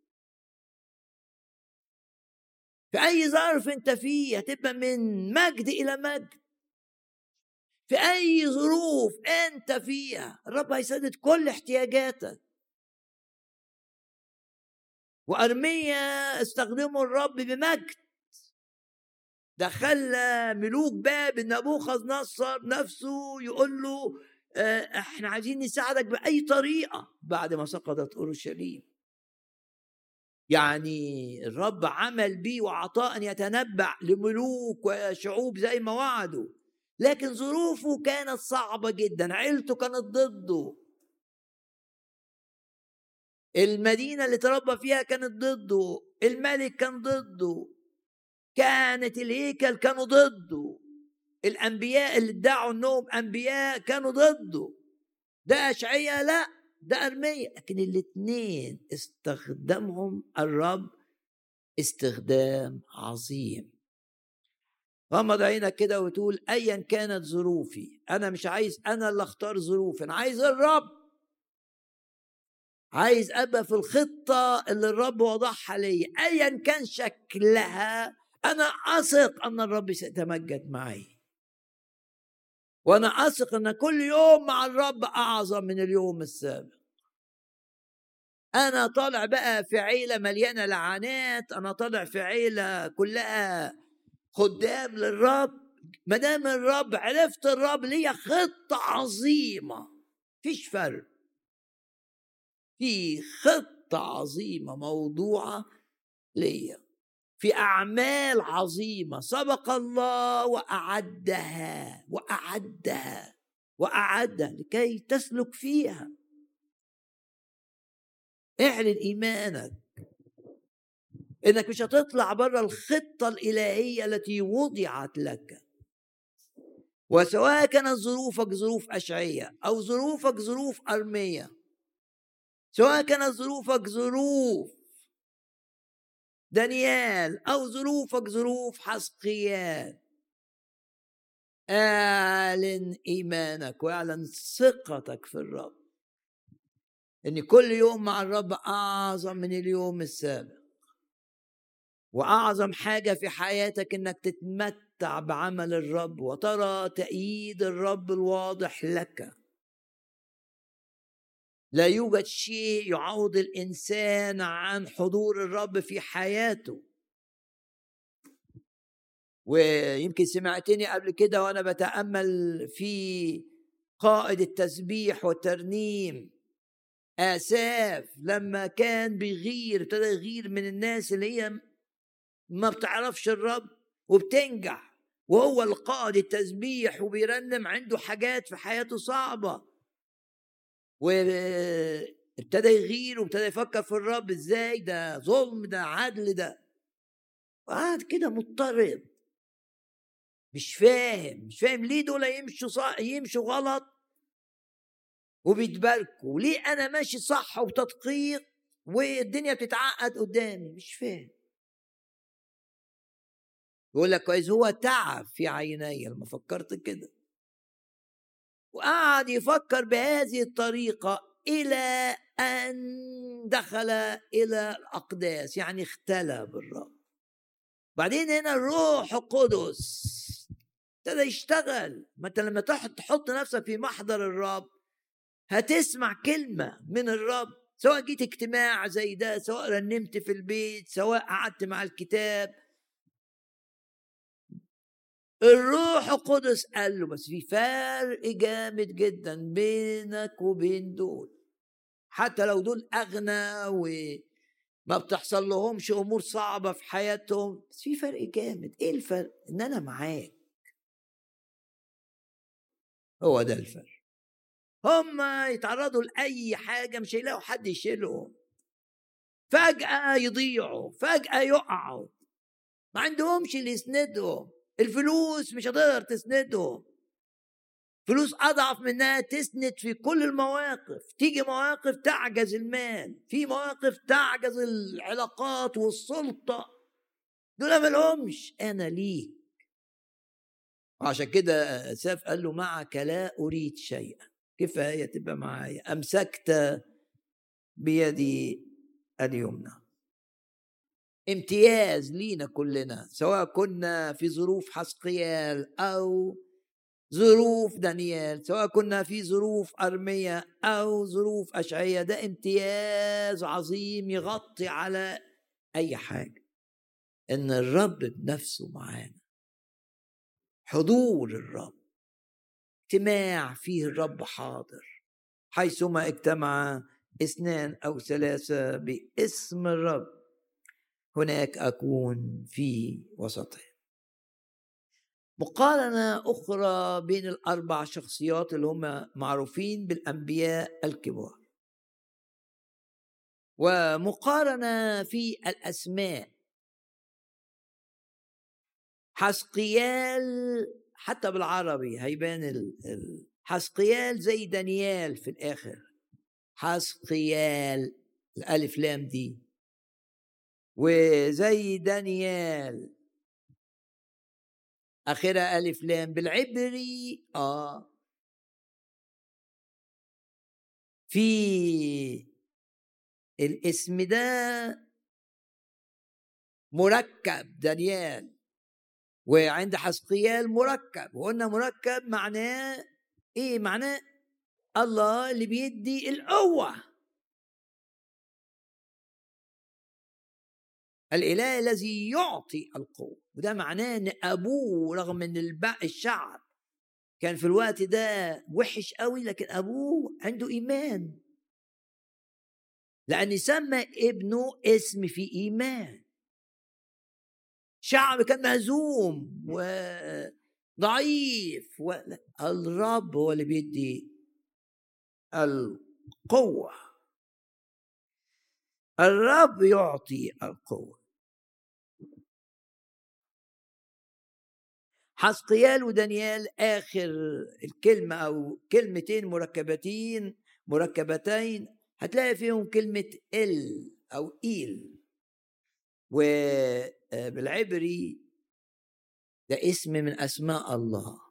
في أي ظرف أنت فيه هتبقى من مجد إلى مجد. في أي ظروف أنت فيها الرب هيسدد كل احتياجاتك. وأرميا استخدموا الرب بمجد، ده خلى ملوك بابل نبوخذ نصر نفسه يقول له احنا عايزين نساعدك بأي طريقة بعد ما سقطت أورشليم. يعني الرب عمل بيه وعطاه أن يتنبأ لملوك وشعوب زي ما وعدوا، لكن ظروفه كانت صعبة جدا. عيلته كانت ضده، المدينة اللي تربى فيها كانت ضده، الملك كان ضده، كانت الهيكل كانوا ضده، الأنبياء اللي ادعوا أنهم أنبياء كانوا ضده. ده أشعياء لا، ده أرميا، لكن الاثنين استخدمهم الرب استخدام عظيم. غمض عينك كده وتقول أيا كانت ظروفي، أنا مش عايز أنا اللي أختار ظروفي، أنا عايز الرب، عايز أبقى في الخطة اللي الرب وضعها لي أيا كان شكلها. أنا أثق أن الرب سيتمجد معي، وأنا أثق أن كل يوم مع الرب أعظم من اليوم السابق. أنا طالع بقى في عيلة مليانة لعنات، أنا طالع في عيلة كلها خدام للرب. مدام الرب عرفت الرب ليا خطة عظيمة، فيش فرق، في خطة عظيمة موضوعة ليا، في أعمال عظيمة سبق الله وأعدها لكي تسلك فيها. اعلن إيمانك إنك مش هتطلع بره الخطة الإلهية التي وضعت لك. وسواء كانت ظروفك ظروف أشعياء أو ظروفك ظروف أرميا، سواء كانت ظروفك ظروف دانيال أو ظروفك ظروف حزقيال، اعلن إيمانك واعلن ثقتك في الرب، إن كل يوم مع الرب أعظم من اليوم السابق. وأعظم حاجة في حياتك إنك تتمتع بعمل الرب وترى تأييد الرب الواضح لك. لا يوجد شيء يعوض الإنسان عن حضور الرب في حياته. ويمكن سمعتني قبل كده وأنا بتأمل في قائد التسبيح والترنيم آساف لما كان بيغير، ابتدى يغير من الناس اللي هي ما بتعرفش الرب وبتنجح، وهو القائد التسبيح وبيرنم، عنده حاجات في حياته صعبة، وابتدى يغير وابتدى يفكر في الرب، ازاي ده ظلم، ده عدل، ده وقعد كده مضطرب، مش فاهم ليه دول يمشوا غلط وبيتباركوا، ليه انا ماشي صح وبتدقيق والدنيا بتتعقد قدامي، مش فاهم. يقول لك كويس، هو تعب في عيني لما فكرت كده، وقعد يفكر بهذه الطريقة إلى أن دخل إلى الأقداس، يعني اختلى بالرب. بعدين هنا الروح القدس ابتدى يشتغل. ما انت لما تحط نفسك في محضر الرب هتسمع كلمة من الرب، سواء جيت اجتماع زي ده، سواء رنمت في البيت، سواء قعدت مع الكتاب، الروح القدس قال له. بس في فرق جامد جدا بينك وبين دول، حتى لو دول أغنى وما بتحصل لهمش أمور صعبة في حياتهم، بس في فرق جامد. إيه الفرق؟ إن أنا معاك، هو ده الفرق. هم يتعرضوا لأي حاجة مش هيلاقوا حد يشيلهم، فجأة يضيعوا، فجأة يقعوا، ما عندهمش اللي يسندهم، الفلوس مش هتقدر تسندهم، فلوس أضعف منها تسند في كل المواقف. تيجي مواقف تعجز المال، في مواقف تعجز العلاقات والسلطة، دول ملهمش، أنا ليك. وعشان كده آساف قال له معك لا أريد شيئا، كفاية تبقى معايا، أمسكت بيدي اليمنى. امتياز لينا كلنا، سواء كنا في ظروف حسقيال أو ظروف دانيال، سواء كنا في ظروف أرمية أو ظروف أشعية، ده امتياز عظيم يغطي على أي حاجة، إن الرب بنفسه معانا، حضور الرب، اجتماع فيه الرب حاضر، حيثما اجتمع 2 أو 3 باسم الرب هناك أكون في وسطهم. مقارنة أخرى بين الأربع شخصيات اللي هم معروفين بالأنبياء الكبار، ومقارنة في الأسماء. حسقيال حتى بالعربي هيبان حسقيال زي دانيال في الآخر، حسقيال الألف لام دي، وزي دانيال آخرها ألف لام. بالعبري في الاسم ده مركب دانيال، وعند حسقيال مركب، وقلنا مركب معناه ايه؟ معناه الله اللي بيدي القوة، الإله الذي يعطي القوة. وده معناه ان ابوه، رغم ان الشعب كان في الوقت ده وحش قوي، لكن ابوه عنده ايمان، لان سمى ابنه اسم في ايمان. شعب كان مهزوم وضعيف، الرب هو اللي بيدي القوة، الرب يعطي القوة. حسقيال ودانيال آخر الكلمة أو كلمتين مركبتين هتلاقي فيهم كلمة أو إيل، وبالعبري ده اسم من أسماء الله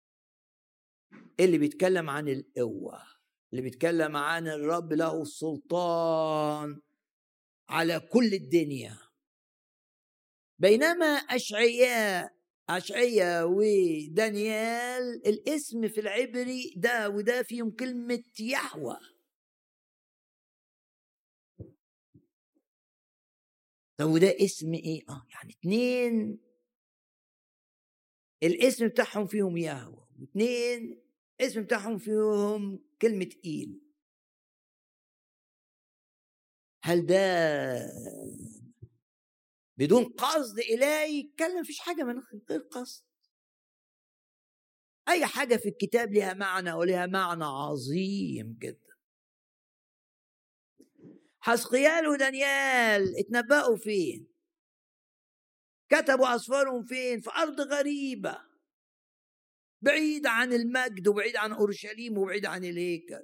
اللي بيتكلم عن القوة، اللي بيتكلم عن الرب له السلطان على كل الدنيا. بينما أشعية ودانيال الاسم في العبري ده وده فيهم كلمة يهوه. طب وده اسم ايه؟ يعني 2 الاسم بتاعهم فيهم يهوه، و2 اسم بتاعهم فيهم كلمة إيل. هل ده بدون قصد إلهي؟ يتكلم فيش حاجة من غير قصد. أي حاجة في الكتاب لها معنى، ولها معنى عظيم جدا. حزقيال ودانيال اتنبأوا فين؟ كتبوا أسفارهم فين؟ في أرض غريبة، بعيد عن المجد وبعيد عن أورشليم وبعيد عن الهيكل.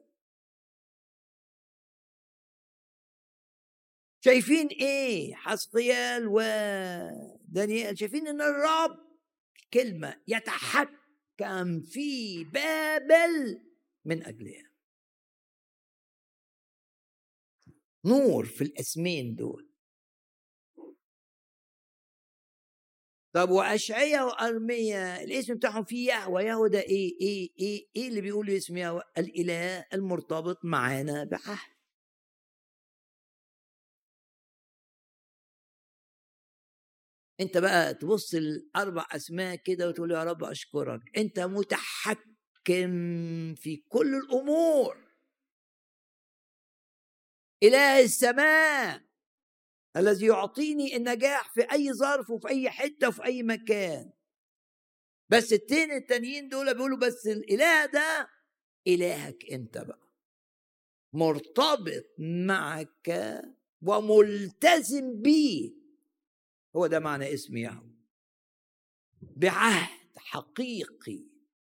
شايفين ايه حزقيال ودانيال؟ شايفين ان الرب كلمة يتحكم في بابل من أجلها. نور في الاسمين دول. طب واشعياء وارميا الاسم بتاعهم فيه يهوه. يهوه ده ايه اللي بيقول اسم يهوه؟ الاله المرتبط معانا بعهد. انت بقى تبص الاربع اسماء كده وتقول يا رب اشكرك، انت متحكم في كل الامور. اله السماء الذي يعطيني النجاح في اي ظرف وفي اي حته وفي اي مكان. بس التانيين دول بيقولوا بس الاله ده الهك انت بقى، مرتبط معك وملتزم بيه. هو ده معنى اسم يهوه، بعهد حقيقي.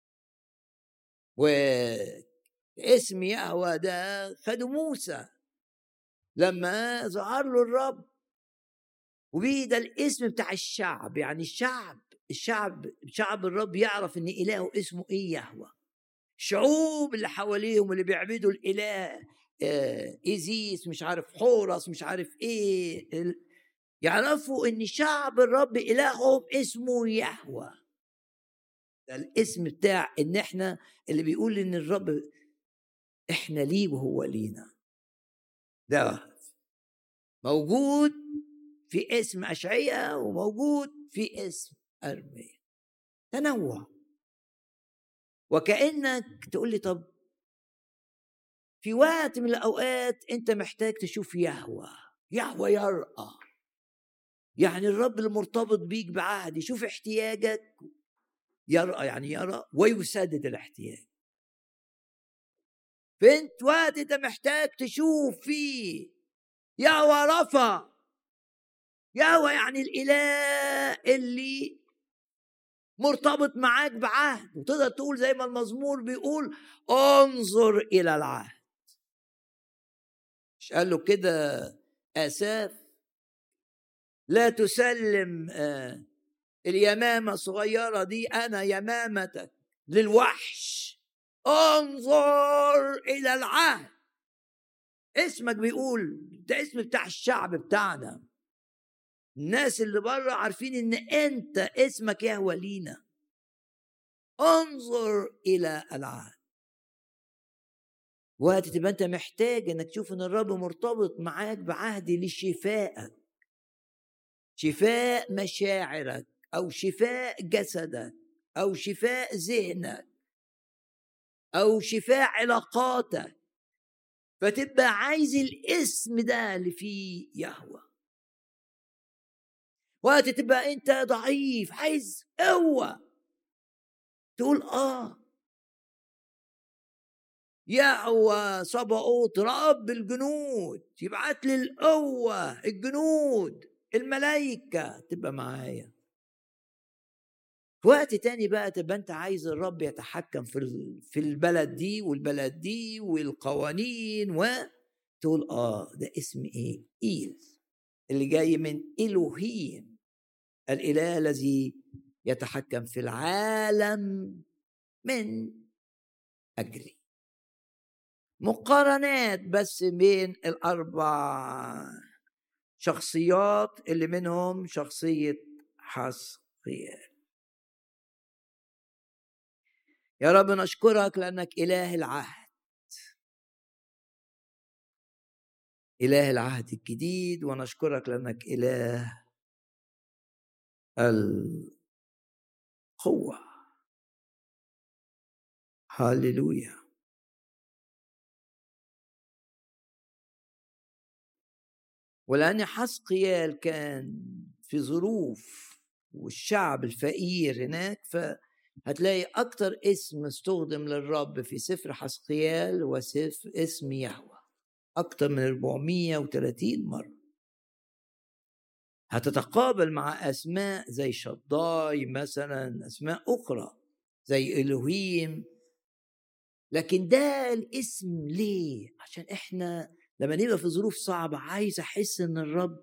واسم يهوه ده خده موسى لما ظهر له الرب، وبيه ده الاسم بتاع الشعب. يعني شعب الرب يعرف ان الهه اسمه ايه؟ يهوه. الشعوب اللي حواليهم اللي بيعبدوا الاله ايزيس مش عارف حورس مش عارف ايه، يعرفوا ان شعب الرب الههم اسمه يهوه. ده الاسم بتاع ان احنا اللي بيقول ان الرب احنا ليه وهو لينا. ده موجود في اسم اشعياء وموجود في اسم ارميا. تنوع. وكأنك تقول لي طب في وقت من الأوقات أنت محتاج تشوف يهوه يرأى. يعني الرب المرتبط بيك بعهد يشوف احتياجك، يرأى يعني يرى ويسدد الاحتياج. فانت وقت انت محتاج تشوف فيه يهوه رفع. يهوه يعني الإله اللي مرتبط معاك بعهد، وتقدر تقول زي ما المزمور بيقول انظر إلى العهد. مش قال له كده آساف؟ لا تسلم اليمامة الصغيرة دي، أنا يمامتك للوحش. انظر إلى العهد. اسمك بيقول ده اسم بتاع الشعب بتاعنا. الناس اللي بره عارفين ان انت اسمك يهوه لينا. انظر إلى العهد. وقت تبقى انت محتاج انك تشوف ان الرب مرتبط معاك بعهد لشفائك، شفاء مشاعرك او شفاء جسدك او شفاء ذهنك او شفاء علاقاتك، فتبقى عايز الاسم ده اللي فيه يهوه. وقت تبقى انت ضعيف عايز قوه، تقول يهوه صباؤوت رب الجنود يبعت لي القوه، الجنود الملائكه تبقى معايا. وقت تاني بقى تبقى انت عايز الرب يتحكم في البلد دي والبلد دي والقوانين، وتقول ده اسم ايه؟ إيل، اللي جاي من إلوهيم، الإله الذي يتحكم في العالم من أجلي. مقارنات بس بين الأربع شخصيات اللي منهم شخصية حزقيال. يا رب نشكرك لأنك إله العهد، إله العهد الجديد، ونشكرك لأنك إله القوة. هاليلويا. ولأن حسقيال كان في ظروف والشعب الفقير هناك، فهتلاقي أكتر اسم استخدم للرب في سفر حسقيال وسفر اسم يهوه أكتر من 430 مرة. هتتقابل مع أسماء زي شضاي مثلا، أسماء أخرى زي إلهيم. لكن ده الاسم ليه؟ عشان إحنا لما نبقى في ظروف صعبة عايز أحس إن الرب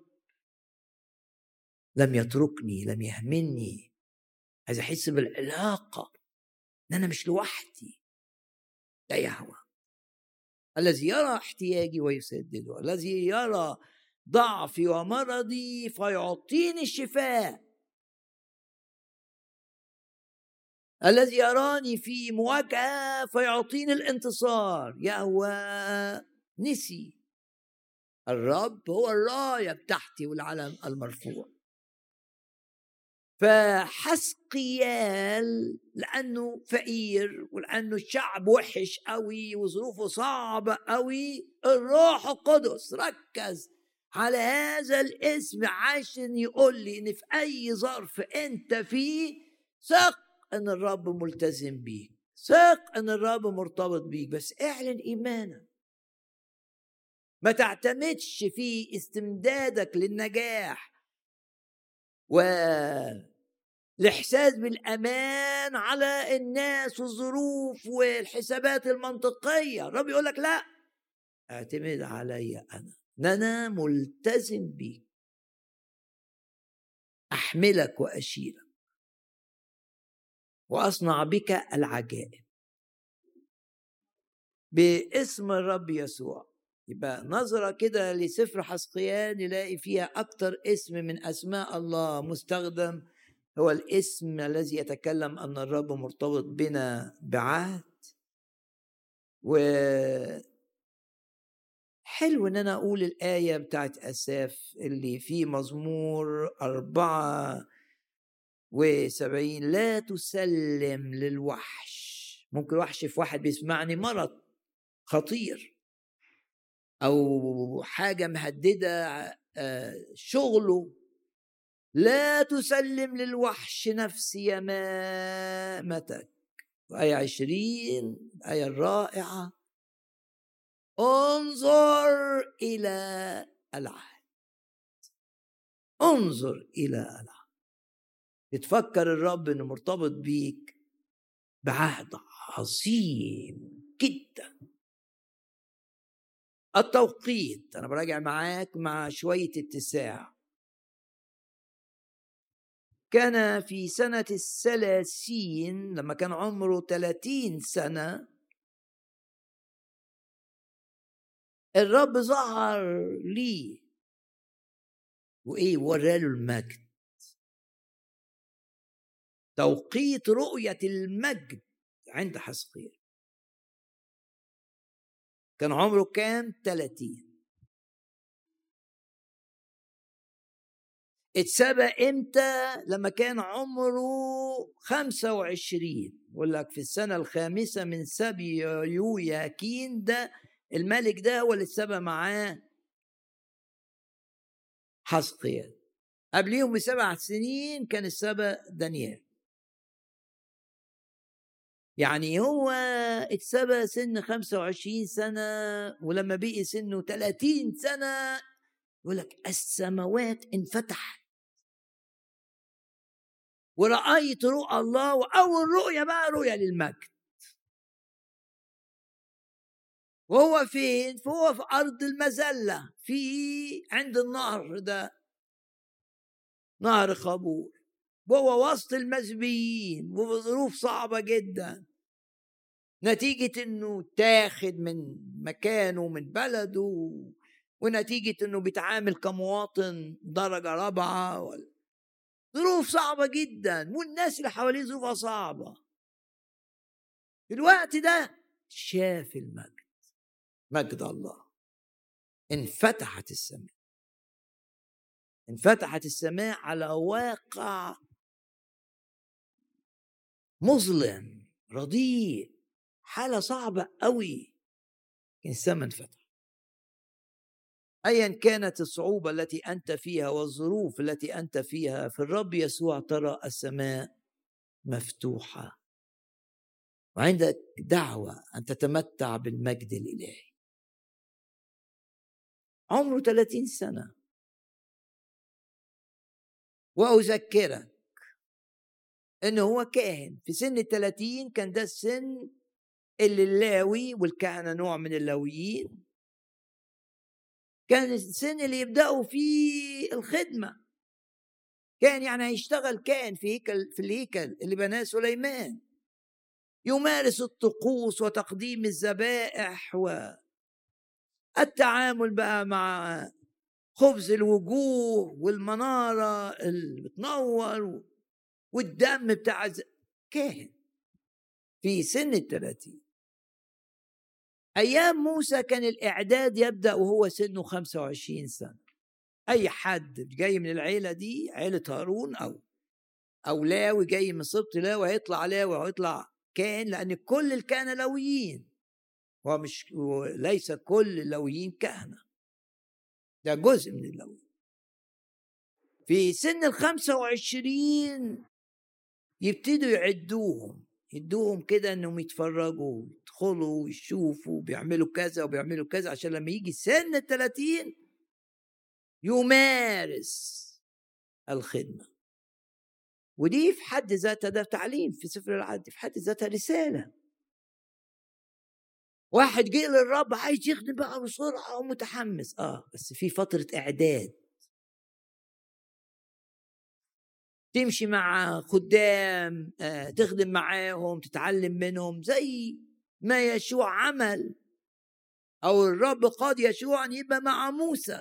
لم يتركني، لم يهملني. عايز أحس بالعلاقة إن أنا مش لوحدي. ده يهوه الذي يرى احتياجي ويسدده، الذي يرى ضعفي ومرضي فيعطيني الشفاء، الذي يراني في مواجهة فيعطيني الانتصار. يهوه نسي الرب هو الراية بتاعتي والعلم المرفوع. فحسقيال لأنه فقير ولأنه الشعب وحش قوي وظروفه صعبة قوي، الروح القدس ركز على هذا الاسم عشان يقول لي إن في أي ظرف أنت فيه ثق إن الرب ملتزم بيك، ثق إن الرب مرتبط بيك، بس اعلن إيمانك. ما تعتمدش في استمدادك للنجاح والإحساس بالأمان على الناس والظروف والحسابات المنطقية. الرب يقول لك لا، اعتمد علي أنا ملتزم بيك، أحملك وأشيلك وأصنع بك العجائب باسم الرب يسوع. يبقى نظرة كده لسفر حسقيال نلاقي فيها أكتر اسم من أسماء الله مستخدم هو الاسم الذي يتكلم أن الرب مرتبط بنا بعهد. وحلو أن أنا أقول الآية بتاعت أساف اللي في مزمور 74: لا تسلم للوحش. ممكن وحش في واحد بيسمعني مرض خطير أو حاجة مهددة شغله. لا تسلم للوحش نفسي أمامتك. آية 20 الآية الرائعة: انظر إلى العهد، انظر إلى العهد. تتفكر الرب إنه مرتبط بيك بعهد عظيم جدا. التوقيت، أنا براجع معاك مع شوية اتساع. كان في سنة 30 لما كان عمره 30 سنة الرب ظهر لي وإيه؟ وراله المجد. توقيت رؤية المجد عند حسقيال. كان عمره كام؟ 30. اتسبى امتى؟ لما كان عمره 25. يقول لك في السنة الخامسة من سبي يوياكين، ده الملك ده هو اللي اتسبى معاه حسقيال. قبليهم ب7 سنين كان السبى دانيال. يعني هو اتسبى سن 25 سنة، ولما بقي سنه 30 سنة يقول لك السماوات انفتحت ورأيت رؤى الله. وأول رؤية بقى رؤية للمجد. وهو فين؟ فهو في أرض المذلة، في عند النهر ده، نهر خابور، وهو وسط المسبيين وفي ظروف صعبة جدا نتيجة انه تاخد من مكانه من بلده، ونتيجة انه بيتعامل كمواطن درجة 4. ظروف صعبة جدا والناس اللي حواليه ظروفها صعبة. في الوقت ده شاف المجد، مجد الله. انفتحت السماء، انفتحت السماء على واقع مظلم رديء حالة صعبة قوي، السماء انفتح. أيا كانت الصعوبة التي أنت فيها والظروف التي أنت فيها، في الرب يسوع ترى السماء مفتوحة، وعندك دعوة أن تتمتع بالمجد الإلهي. عمره 30 سنة، وأذكرك إنه هو كاهن في سن 30. كان ده السن اللي اللاوي والكهنة نوع من اللاويين كان السن اللي يبدأوا فيه الخدمة. كان يعني هيشتغل كاهن في الهيكل اللي بناه سليمان، يمارس الطقوس وتقديم الذبائح والتعامل بقى مع خبز الوجوه والمنارة اللي بتنور والدم بتاع كاهن في سن 30. أيام موسى كان الإعداد يبدأ وهو سنه 25 سنة. أي حد جاي من العيلة دي، عيلة هارون أو لاوي جاي من سبط لاوي، هيطلع لاوي وهيطلع كاهن، لأن كل الكهنة لاويين، ليس كل اللاويين كهنة، ده جزء من اللاويين. في سن 25 يبتدوا يدوهم كده انهم يتفرجوا، يدخلوا ويشوفوا بيعملوا كذا وبيعملوا كذا، عشان لما يجي سن 30 يمارس الخدمة. ودي في حد ذاتها ده تعليم في سفر العدل، في حد ذاتها رسالة. واحد جه للرب عايز يخدم بقى بسرعة ومتحمس، بس في فترة إعداد. تمشي مع خدام، تخدم معاهم، تتعلم منهم زي ما يشوع عمل، أو الرب قاد يشوع أن يبقى مع موسى،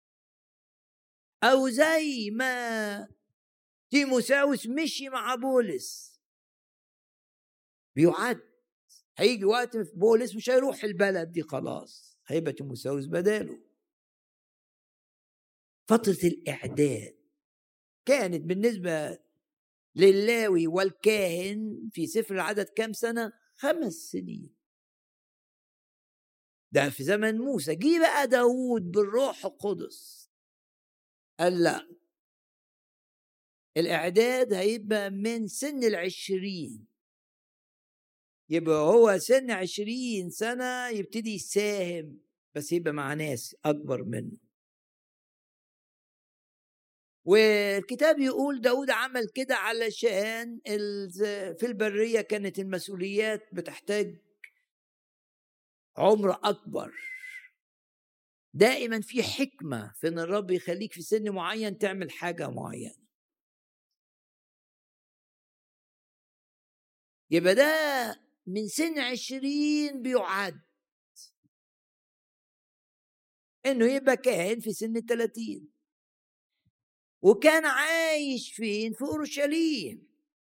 أو زي ما تيموثاوس مشي مع بولس. بيعد، هيجي وقت في بولس مش هيروح البلد دي خلاص، هيبقى تيموثاوس بداله. فترة الإعداد كانت بالنسبة للاوي والكاهن في سفر العدد كام سنة؟ 5 سنين. ده في زمن موسى. جه بقى داود بالروح القدس قال لا، الإعداد هيبقى من سن 20. يبقى هو سن 20 سنة يبتدي يساهم، بس يبقى مع ناس أكبر منه. والكتاب يقول داود عمل كده علشان في البرية كانت المسؤوليات بتحتاج عمر أكبر. دائما في حكمة في أن الرب يخليك في سن معين تعمل حاجة معينة. يبقى ده من سن 20 بيعد انه يبقى كاهن في سن 30. وكان عايش فين؟ في اورشليم.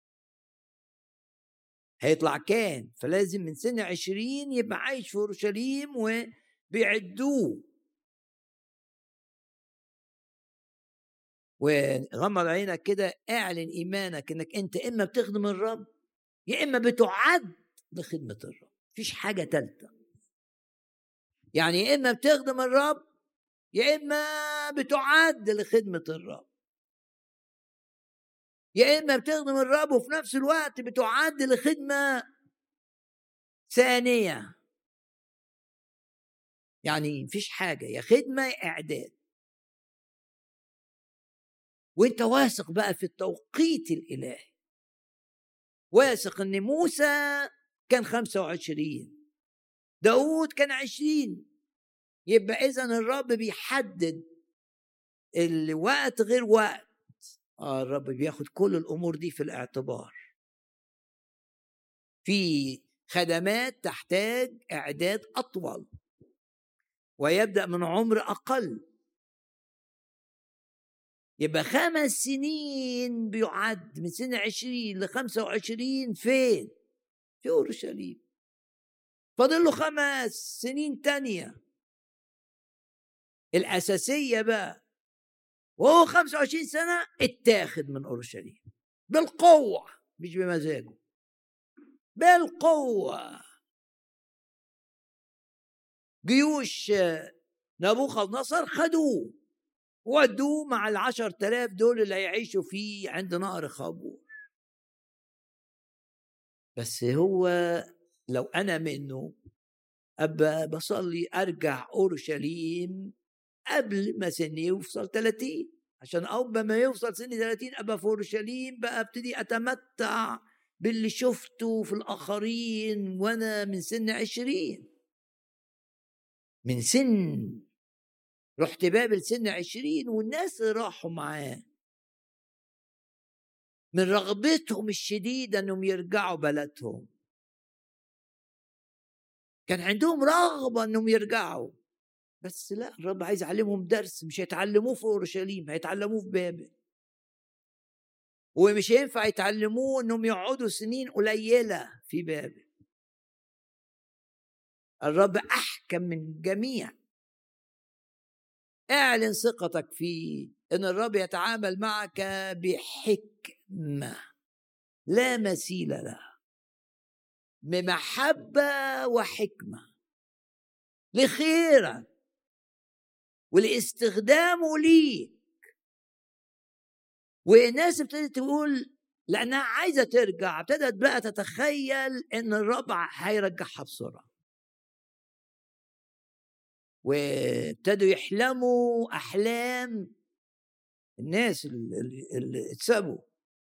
هيطلع كاهن، فلازم من سن 20 يبقى عايش في اورشليم وبيعدوه. وغمض عينك كده، اعلن ايمانك انك انت اما بتخدم الرب يا اما بتعد لخدمة الرب، مفيش حاجة تالتة. يعني يا اما بتخدم الرب يا اما بتعد لخدمة الرب، يا اما بتخدم الرب وفي نفس الوقت بتعد لخدمة ثانية. يعني مفيش حاجة، يا خدمة يا اعداد. وانت واثق بقى في التوقيت الالهي، واثق ان موسى كان 25، داود كان 20. يبقى اذن الرب بيحدد الوقت غير وقت. الرب بياخد كل الامور دي في الاعتبار. في خدمات تحتاج اعداد اطول ويبدأ من عمر اقل. يبقى 5 سنين بيعد من سن 20 ل25 فين؟ في اورشليم. فاضل له 5 سنين تانية الاساسية بقى، وهو 25 سنة اتاخد من اورشليم بالقوة، مش بمزاجه، بالقوة. جيوش نبوخذ نصر خدوه ودوه مع 10,000 دول اللي هيعيشوا فيه عند نهر خابور. بس هو لو أنا منه أبقى بصلي أرجع أورشليم قبل ما سني يوصل 30، عشان أول ما يوصل سني 30 أبقى في أورشليم، بقى أبتدي أتمتع باللي شفته في الآخرين وأنا من سن 20. من سن رحت بابل سن 20 والناس راحوا معاه من رغبتهم الشديدة أنهم يرجعوا بلدهم. كان عندهم رغبة أنهم يرجعوا، بس لا، الرب عايز يعلمهم درس مش هيتعلموه في أورشليم، هيتعلموه في بابل. ومش ينفع يتعلموه أنهم يقعدوا سنين قليلة في بابل. الرب أحكم من الجميع. اعلن ثقتك فيه أن الرب يتعامل معك بحكمة لا مثيل لها، بمحبة وحكمة لخيرك ولاستخدامه ليك. والناس ابتدت تقول لأنها عايزة ترجع، ابتدت بقى تتخيل أن الرب هيرجعها بسرعة، وابتدوا يحلموا أحلام الناس اللي اتسابوا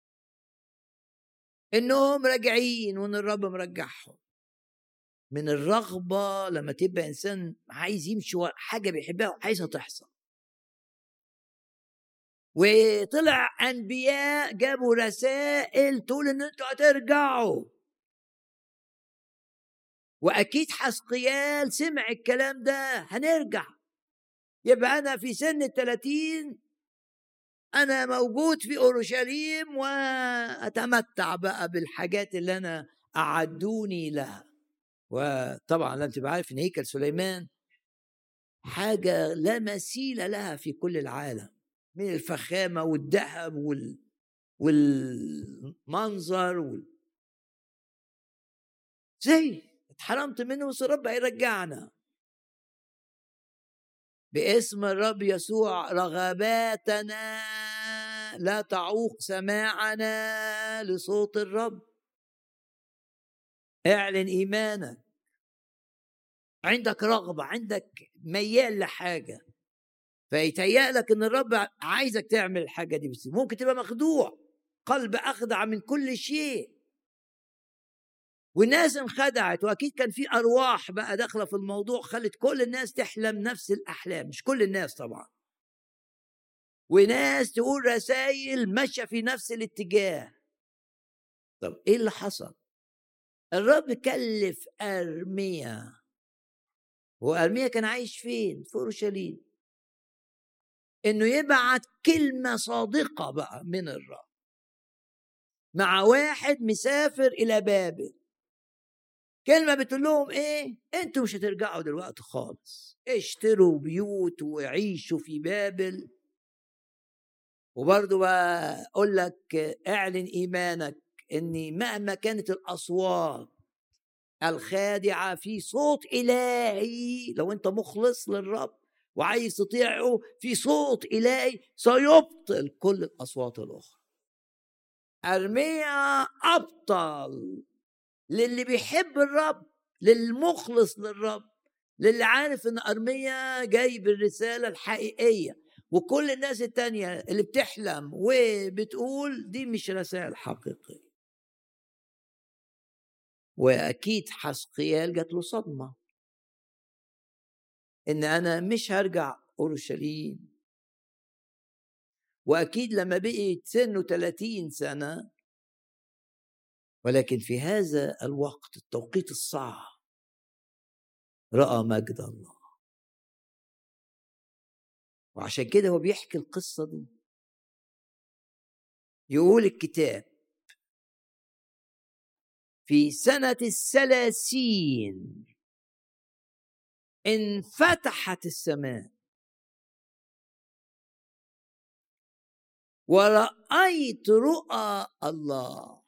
إنهم راجعين وإن الرب مرجعهم. من الرغبة لما تبقى إنسان عايز يمشي حاجة بيحبها وعايزها تحصل. وطلع أنبياء جابوا رسائل تقول إن أنتوا هترجعوا، وأكيد حسقيال سمع الكلام ده، هنرجع. يبقى أنا في سن 30 أنا موجود في أورشليم وأتمتع بقى بالحاجات اللي أنا أعدوني لها. وطبعا لازم تبقى عارف إن هيكل سليمان حاجة لا مثيل لها في كل العالم، من الفخامة والذهب والمنظر زي اتحرمت منه بس الرب هيرجعنا باسم الرب يسوع. رغباتنا لا تعوق سماعنا لصوت الرب. اعلن إيمانك، عندك رغبة، عندك ميال لحاجة، فيتهيأ لك ان الرب عايزك تعمل الحاجة دي، بس ممكن تبقى مخدوع، قلب أخدع من كل شيء، والناس انخدعت. واكيد كان في ارواح بقى داخله في الموضوع خلت كل الناس تحلم نفس الاحلام، مش كل الناس طبعا، وناس تقول رسائل ماشيه في نفس الاتجاه. طب ايه اللي حصل؟ الرب كلف ارميا، وارميا كان عايش فين؟ في اورشليم، انه يبعت كلمه صادقه بقى من الرب مع واحد مسافر الى بابل. كلمة بتقول لهم ايه؟ انتوا مش هترجعوا دلوقتي خالص، اشتروا بيوت وعيشوا في بابل. وبرضو بقول لك اعلن ايمانك ان مهما كانت الاصوات الخادعة في صوت الهي، لو انت مخلص للرب وعايز تطيعه، في صوت الهي سيبطل كل الاصوات الاخرى. ارميا ابطل للي بيحب الرب، للمخلص للرب، للي عارف ان ارميا جاي بالرسالة الحقيقية، وكل الناس التانية اللي بتحلم وبتقول دي مش رسائل حقيقية. واكيد حسقيال جات له صدمة ان انا مش هرجع اورشليم. واكيد لما بقيت سنه 30 سنة، ولكن في هذا الوقت التوقيت الصعب رأى مجد الله. وعشان كده هو بيحكي القصة دي. يقول الكتاب في سنة 30 انفتحت السماء ورأيت رؤى الله،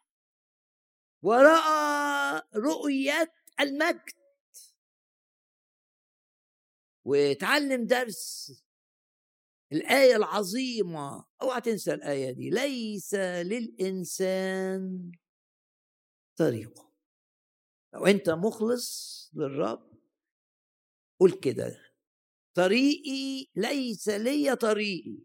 ورأى رؤية المجد. وتعلم درس الآية العظيمة. اوعى تنسى الآية دي، ليس للإنسان طريقه. لو انت مخلص للرب قول كده، طريقي ليس لي طريقي.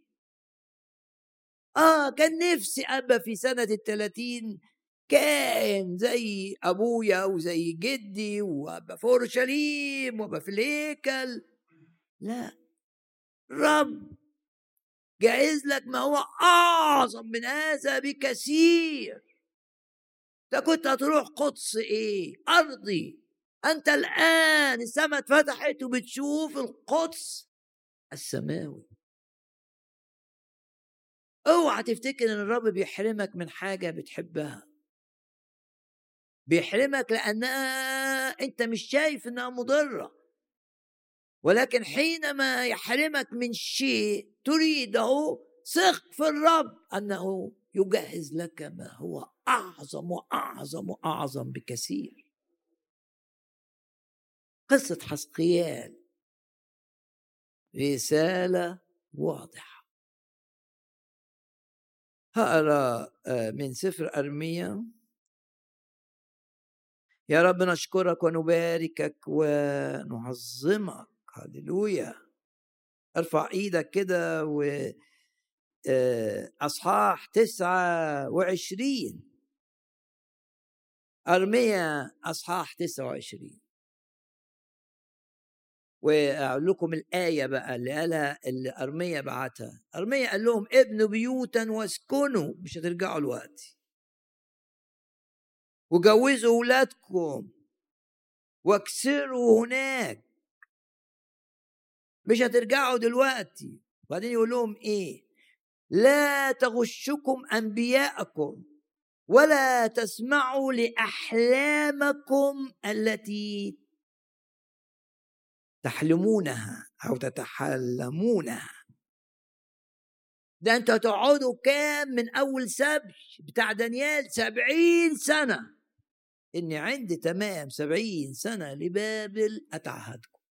كان نفسي أبقى في سنة 30 كائن زي أبويا وزي جدي، وأبقى في أورشليم وأبقى في الهيكل. لا، رب جايز لك ما هو أعظم من هذا بكثير. انت كنت هتروح قدس أرضي، أنت الآن السماء اتفتحت وبتشوف القدس السماوي. اوعى تفتكر ان الرب بيحرمك من حاجة بتحبها، بيحرمك لأنها انت مش شايف انها مضرة، ولكن حينما يحرمك من شيء تريده ثق في الرب أنه يجهز لك ما هو أعظم وأعظم وأعظم بكثير. قصة حسقيال رسالة واضحة. هقرأ من سفر أرميا. يا رب نشكرك ونباركك ونعظمك. هللويا. ارفع ايدك كده. و أصحاح 29، أرميا أصحاح 29. وأقول لكم الآية بقى اللي قالها، اللي أرميا بعتها. أرميا قال لهم ابنوا بيوتا واسكنوا، مش هترجعوا الوقت، وجوزوا أولادكم واكسروا هناك، مش هترجعوا دلوقتي. وبعدين يقول لهم لا تغشكم أنبياءكم ولا تسمعوا لأحلامكم التي تحلمونها أو تتحلمونها. ده أنتوا تقعدوا كام من أول سبي بتاع دانيال 70 سنة، إني عندي تمام 70 سنة لبابل أتعهدكم.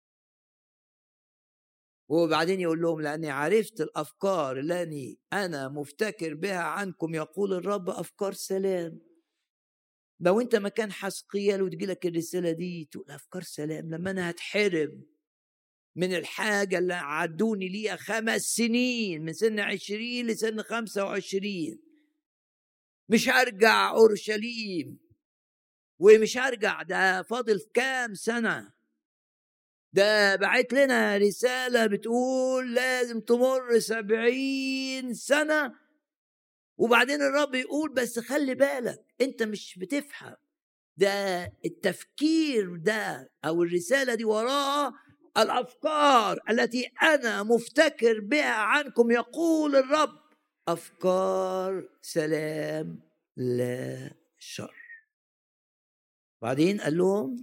وبعدين يقول لهم لأني عرفت الأفكار التي أنا مفتكر بها عنكم يقول الرب، أفكار سلام. لو أنت مكان حسقيال وتجيلك الرسالة دي تقول أفكار سلام، لما أنا هتحرم من الحاجة اللي عدوني ليها 5 سنين، من سن 20 لسن 25، مش هرجع أورشليم ومش هرجع. ده فاضل كام سنة؟ ده بعت لنا رسالة بتقول لازم تمر 70 سنة. وبعدين الرب يقول بس خلي بالك انت مش بتفهم، ده التفكير ده او الرسالة دي وراها الأفكار التي أنا مفتكر بها عنكم يقول الرب، أفكار سلام لا شر. بعدين قال لهم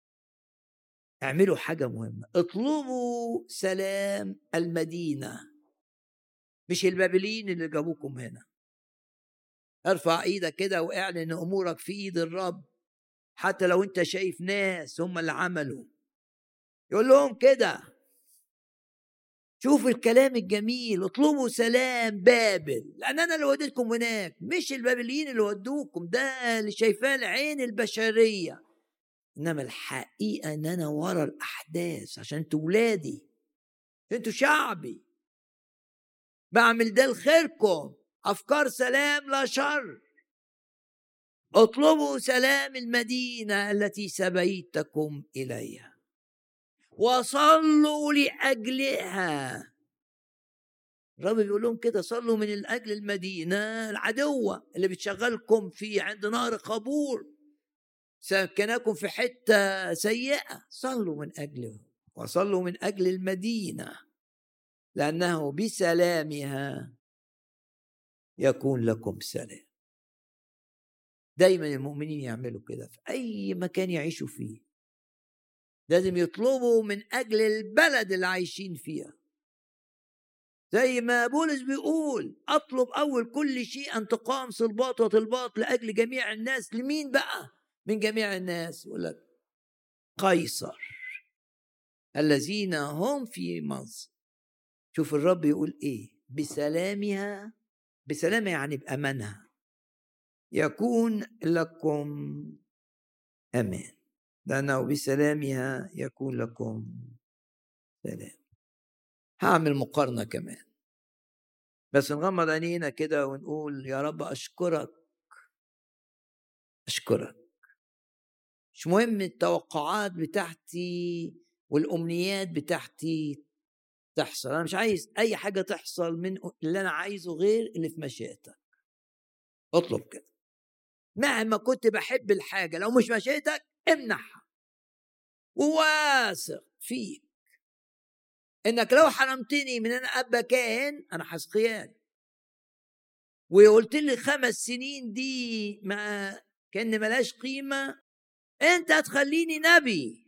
اعملوا حاجة مهمة، اطلبوا سلام المدينة، مش البابليين اللي جابوكم هنا. ارفع ايدك كده واعلن امورك في ايد الرب، حتى لو انت شايف ناس هم اللي عملوا. يقول لهم كده، شوفوا الكلام الجميل، اطلبوا سلام بابل لان انا اللي وديتكم هناك، مش البابليين اللي ودوكم. ده اللي شايفاه العين البشرية، انما الحقيقة ان انا ورا الاحداث، عشان انتوا ولادي، انتوا شعبي، بعمل ده لخيركم. افكار سلام لا شر. اطلبوا سلام المدينة التي سبيتكم اليها وصلوا لاجلها. الرب بيقول لهم كده، صلوا من اجل المدينة العدوة اللي بتشغلكم في عند نهر خابور، سكنكم في حتة سيئة. صلوا من اجله وصلوا من اجل المدينة لأنه بسلامها يكون لكم سلام. دايما المؤمنين يعملوا كده في أي مكان يعيشوا فيه، لازم يطلبوا من أجل البلد اللي عايشين فيها. زي ما بولس بيقول أطلب أول كل شيء أن تقام صلبات وطلبات لأجل جميع الناس. لمين بقى من جميع الناس؟ يقول لك قيصر الذين هم في مصر. شوف الرب يقول ايه، بسلامها، بسلامها يعني بأمانها يكون لكم أمان، لأنه بسلامها يكون لكم سلام. هعمل مقارنة كمان، بس نغمض عينينا كده ونقول يا رب أشكرك، أشكرك. مش مهم التوقعات بتاعتي والأمنيات بتاعتي تحصل، أنا مش عايز أي حاجة تحصل من اللي أنا عايزه غير اللي في مشيئتك. اطلب كده، مهما كنت بحب الحاجة لو مش مشيئتك امنحها، وواثق فيك انك لو حرمتني من ان ابقى كاهن، انا حسقيان وقلت لي 5 سنين دي ما كان ملاش قيمة، انت هتخليني نبي.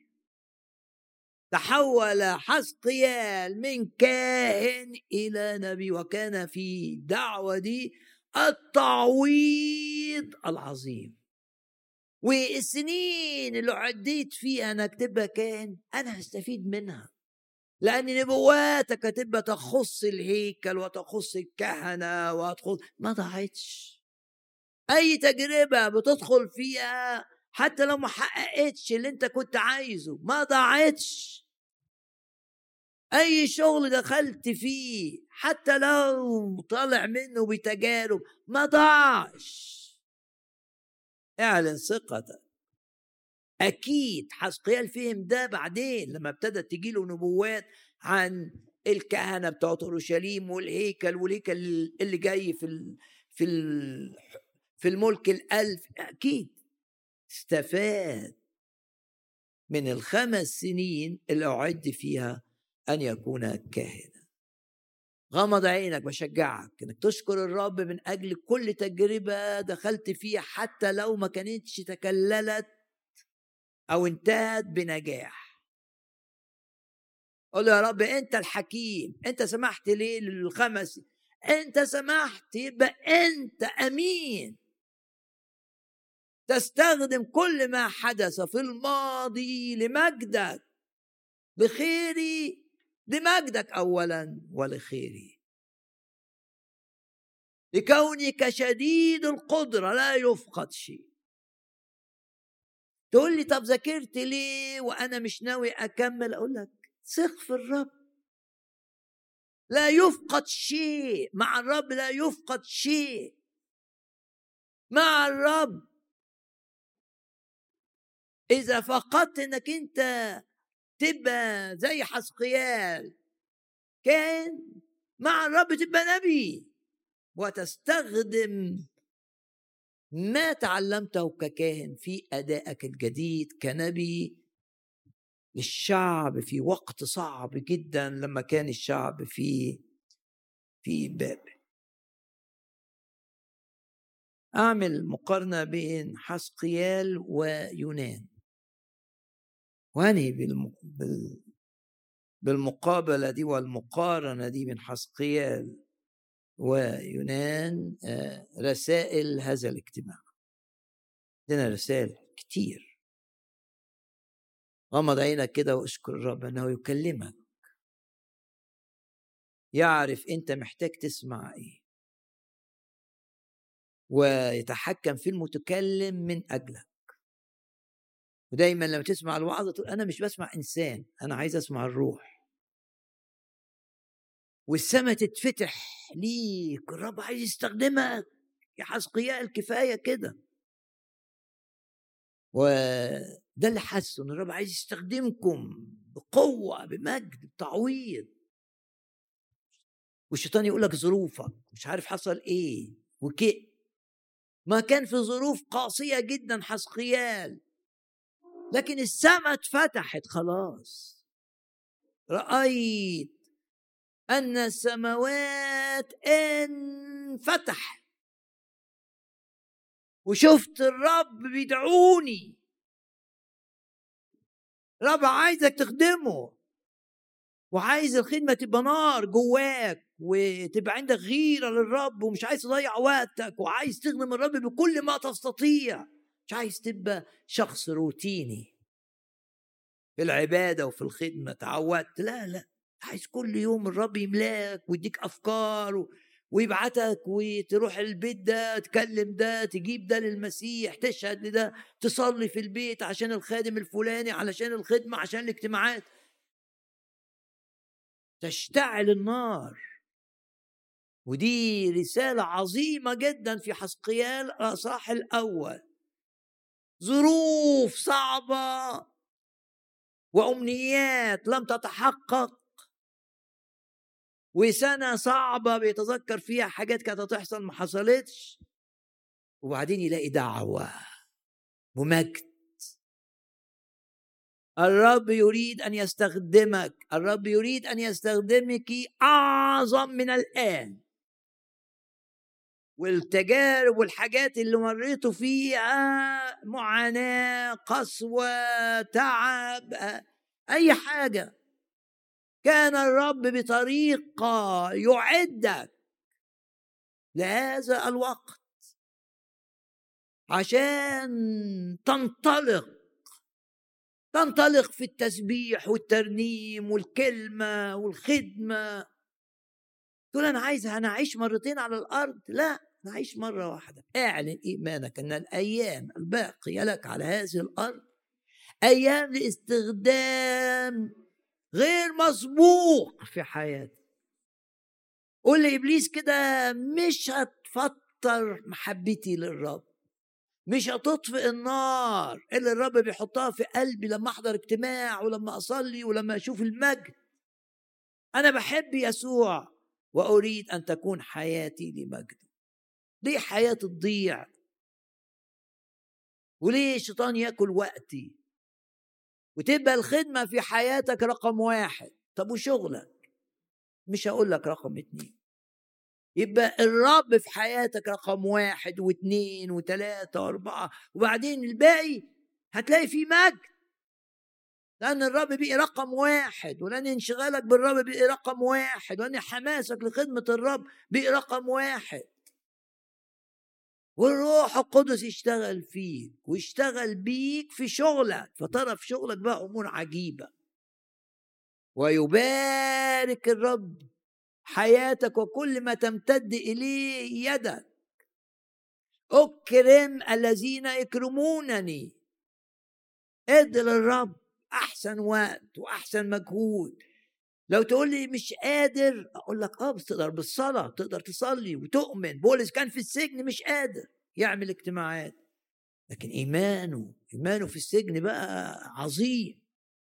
تحول حسقيال من كاهن الى نبي، وكان في دعوة دي التعويض العظيم. والسنين اللي عديت فيها انك تبقى كاهن انا هستفيد منها، لأن نبواتك هتبقى تخص الهيكل وتخص الكهنة وتخص، ما ضاعتش. أي تجربة بتدخل فيها حتى لو ما حققتش اللي أنت كنت عايزه ما ضاعتش. أي شغل دخلت فيه حتى لو طالع منه بتجارب ما ضاعش. اعلن ثقتك. أكيد حسقيال فهم ده بعدين لما ابتدت تجيله نبوات عن الكهنة بتوع أورشليم والهيكل اللي جاي في في الملك الألف. أكيد استفاد من ال5 سنين اللي أعد فيها أن يكون كاهنا. غمض عينك، بشجعك انك تشكر الرب من أجل كل تجربة دخلت فيها حتى لو ما كانتش تكللت أو انتهت بنجاح. قول يا رب أنت الحكيم، أنت سمحت لي لل5، أنت سمحت، يبقى أنت أمين تستخدم كل ما حدث في الماضي لمجدك، لخيري، لمجدك أولا ولخيري، لكونك شديد القدرة لا يفقد شيء. تقول لي طب ذاكرت ليه وأنا مش ناوي أكمل؟ أقول لك ثق في الرب، لا يفقد شيء مع الرب، لا يفقد شيء مع الرب. إذا فقدت إنك أنت تبقى زي حسقيال كان، مع الرب تبقى نبي وتستخدم ما تعلمته ككاهن في أدائك الجديد كنبي للشعب في وقت صعب جدا لما كان الشعب في بابل. أعمل مقارنة بين حسقيال ويونان، وأنهي بالمقابلة دي والمقارنة دي بين حسقيال ويونان. رسائل هذا الاجتماع لنا رسائل كتير. غمض عينك كده واشكر الرب أنه يكلمك، يعرف أنت محتاج تسمع إيه ويتحكم في المتكلم من أجلك. ودايما لما تسمع الوعظة تقول أنا مش بسمع إنسان، أنا عايز أسمع الروح، والسماء تتفتح ليك. الرب عايز يستخدمك يا حسقيال، كفاية كده. وده اللي حاسه ان الرب عايز يستخدمكم بقوة، بمجد، بتعويض. والشيطان يقول لك ظروفك مش عارف حصل ايه وكي. ما كان في ظروف قاسية جدا حسقيال، لكن السماء اتفتحت خلاص. رأيت أن السماوات انفتحت وشفت الرب بيدعوني. رب عايزك تخدمه، وعايز الخدمة تبقى نار جواك، وتبقى عندك غيرة للرب، ومش عايز تضيع وقتك، وعايز تخدم الرب بكل ما تستطيع. مش عايز تبقى شخص روتيني. في العبادة وفي الخدمة تعودت. لا، عايز كل يوم الرب يملاك ويديك أفكار ويبعتك وتروح البيت ده تكلم ده تجيب ده للمسيح تشهد لده تصلي في البيت عشان الخادم الفلاني علشان الخدمة عشان الاجتماعات. تشتعل النار. ودي رسالة عظيمة جدا في حزقيال الأصحاح الأول. ظروف صعبة وأمنيات لم تتحقق وسنة صعبة بيتذكر فيها حاجات كانت هتحصل ما حصلتش، وبعدين يلاقي دعوة ومجد. الرب يريد أن يستخدمك، الرب يريد أن يستخدمك أعظم من الآن. والتجارب والحاجات اللي مريتوا فيها معاناة قسوة تعب أي حاجة، كان الرب بطريقة يعدك لهذا الوقت عشان تنطلق في التسبيح والترنيم والكلمة والخدمة. تقول أنا أعيش مرتين على الأرض؟ لا، نعيش مرة واحدة. اعلن إيمانك أن الأيام الباقية لك على هذه الأرض أيام لاستخدام غير مسبوق في حياتك. قول لإبليس كده مش هتفطر محبتي للرب، مش هتطفئ النار اللي الرب بيحطها في قلبي لما أحضر اجتماع ولما أصلي ولما أشوف المجد. أنا بحب يسوع وأريد أن تكون حياتي لمجده. ليه حياة تضيع؟ وليه الشيطان يأكل وقتي وتبقى الخدمة في حياتك رقم 1؟ طب وشغلك؟ مش هقول لك رقم 2. يبقى الرب في حياتك رقم 1 و2 و3 و4، وبعدين الباقي هتلاقي فيه مجد، لأن الرب بقي رقم 1، ولأن انشغالك بالرب بقي رقم 1، ولأن حماسك لخدمة الرب بقي رقم 1. والروح القدس يشتغل فيك ويشتغل بيك في شغلك، فترى في شغلك بقى أمور عجيبة. ويبارك الرب حياتك وكل ما تمتد إليه يدك. أكرم الذين يكرمونني. ادي للرب أحسن وقت وأحسن مجهود. لو تقول لي مش قادر، أقول لك بس تقدر بالصلاة، تقدر تصلي وتؤمن. بولس كان في السجن مش قادر يعمل اجتماعات، لكن إيمانه في السجن بقى عظيم.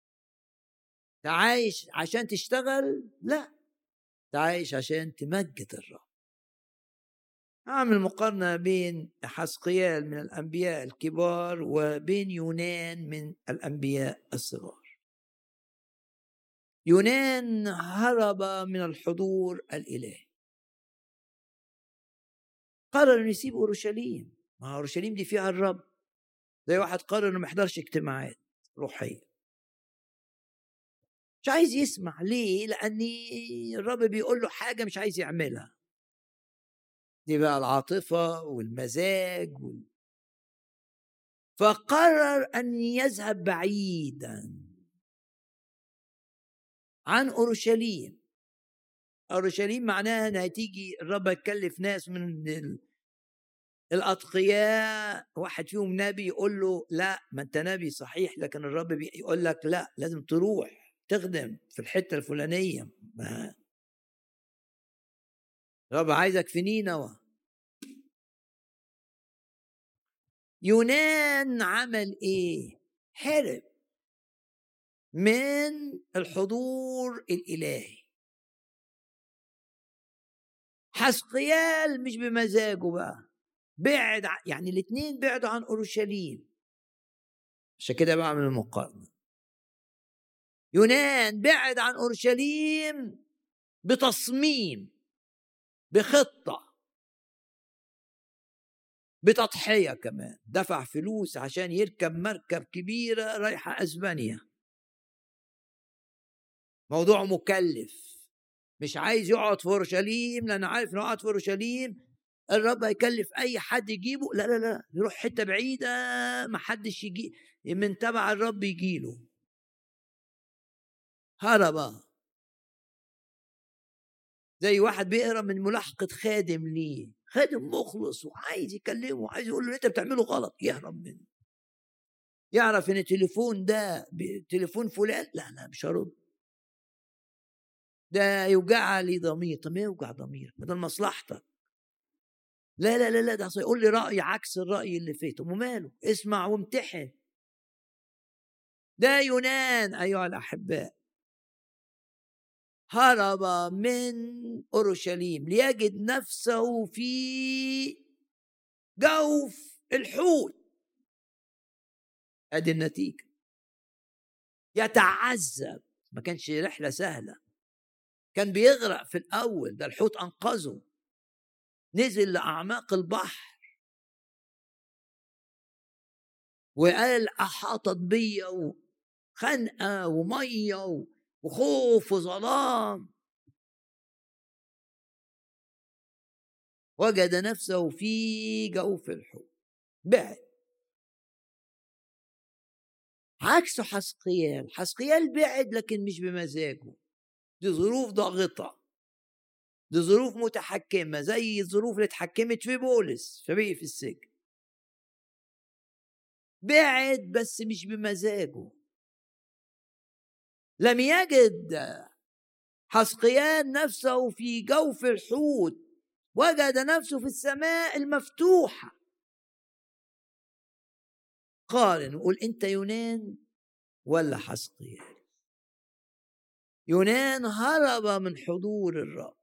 تعايش عشان تشتغل؟ لا، تعايش عشان تمجد الرب. أعمل مقارنة بين حزقيال من الأنبياء الكبار وبين يونان من الأنبياء الصغار. يونان هرب من الحضور الإلهي، قرر أن يسيب أورشليم. ما أورشليم دي فيها الرب. زي واحد قرر أنه ما يحضرش اجتماعات روحية، مش عايز يسمع. ليه؟ لأن الرب بيقول له حاجة مش عايز يعملها. دي بقى العاطفة والمزاج فقرر أن يذهب بعيدا عن أورشليم. أورشليم معناها أن هتيجي الرب يكلف ناس من الأتقياء، واحد فيهم نبي يقول له لا، ما أنت نبي صحيح، لكن الرب يقول لك لا، لازم تروح تخدم في الحتة الفلانية. الرب عايزك في نينوى. يونان عمل إيه؟ هرب من الحضور الإلهي. حزقيال مش بمزاجه بقى، بعد يعني الاثنين بعدوا عن أورشليم. عشان كده بعمل المقارنة. يونان بعد عن أورشليم بتصميم، بخطة، بتضحية كمان. دفع فلوس عشان يركب مركب كبيرة رايحة أسبانيا. موضوع مكلف. مش عايز يقعد في أورشليم لأنه عارف إنه قعد في أورشليم الرب هيكلف أي حد يجيبه. لا، يروح حتة بعيدة ما حدش يجي من تبع الرب يجيله. هرب. زي واحد بيقرا من ملاحقة خادم ليه، خادم مخلص وعايز يكلمه وعايز يقول له انت بتعمله غلط، يهرب منه. يعرف ان التليفون ده تليفون فلان، لا لا مش هرد، ده يوجع لي ضمير. طب ما يوجع ضميرك بدل مصلحتك. لا لا لا لا، ده يقول لي رأي عكس الرأي اللي فيه. طب وماله، اسمع وامتحن. ده يونان أيها الأحباء هرب من أورشليم ليجد نفسه في جوف الحوت. ادي النتيجة، يتعذب. ما كانش رحلة سهلة، كان بيغرق في الأول، ده الحوت أنقذه، نزل لأعماق البحر وقال أحاطت بي خنقة ومية وخوف وظلام. وجد نفسه في جوف الحوت، بعد. عكس حسقيال بعد لكن مش بمزاجه، دي ظروف ضاغطة، دي ظروف متحكمة، زي الظروف اللي اتحكمت في بولس فبقي في السجن. بعد بس مش بمزاجه. لم يجد حسقيال نفسه في جوف الحوت، وجد نفسه في السماء المفتوحة. قارن وقول انت يونان ولا حسقيال. يونان هرب من حضور الرب،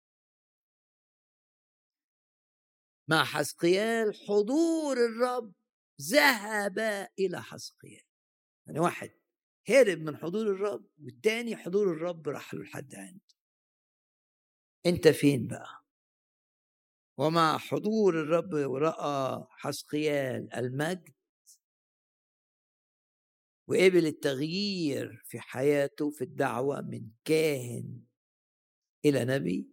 مع حسقيال حضور الرب ذهب إلى حسقيال. يعني واحد هرب من حضور الرب والتاني حضور الرب راح له لحد عنده. انت فين بقى؟ ومع حضور الرب ورأى حسقيال المجد وقبل التغيير في حياته في الدعوة من كاهن إلى نبي.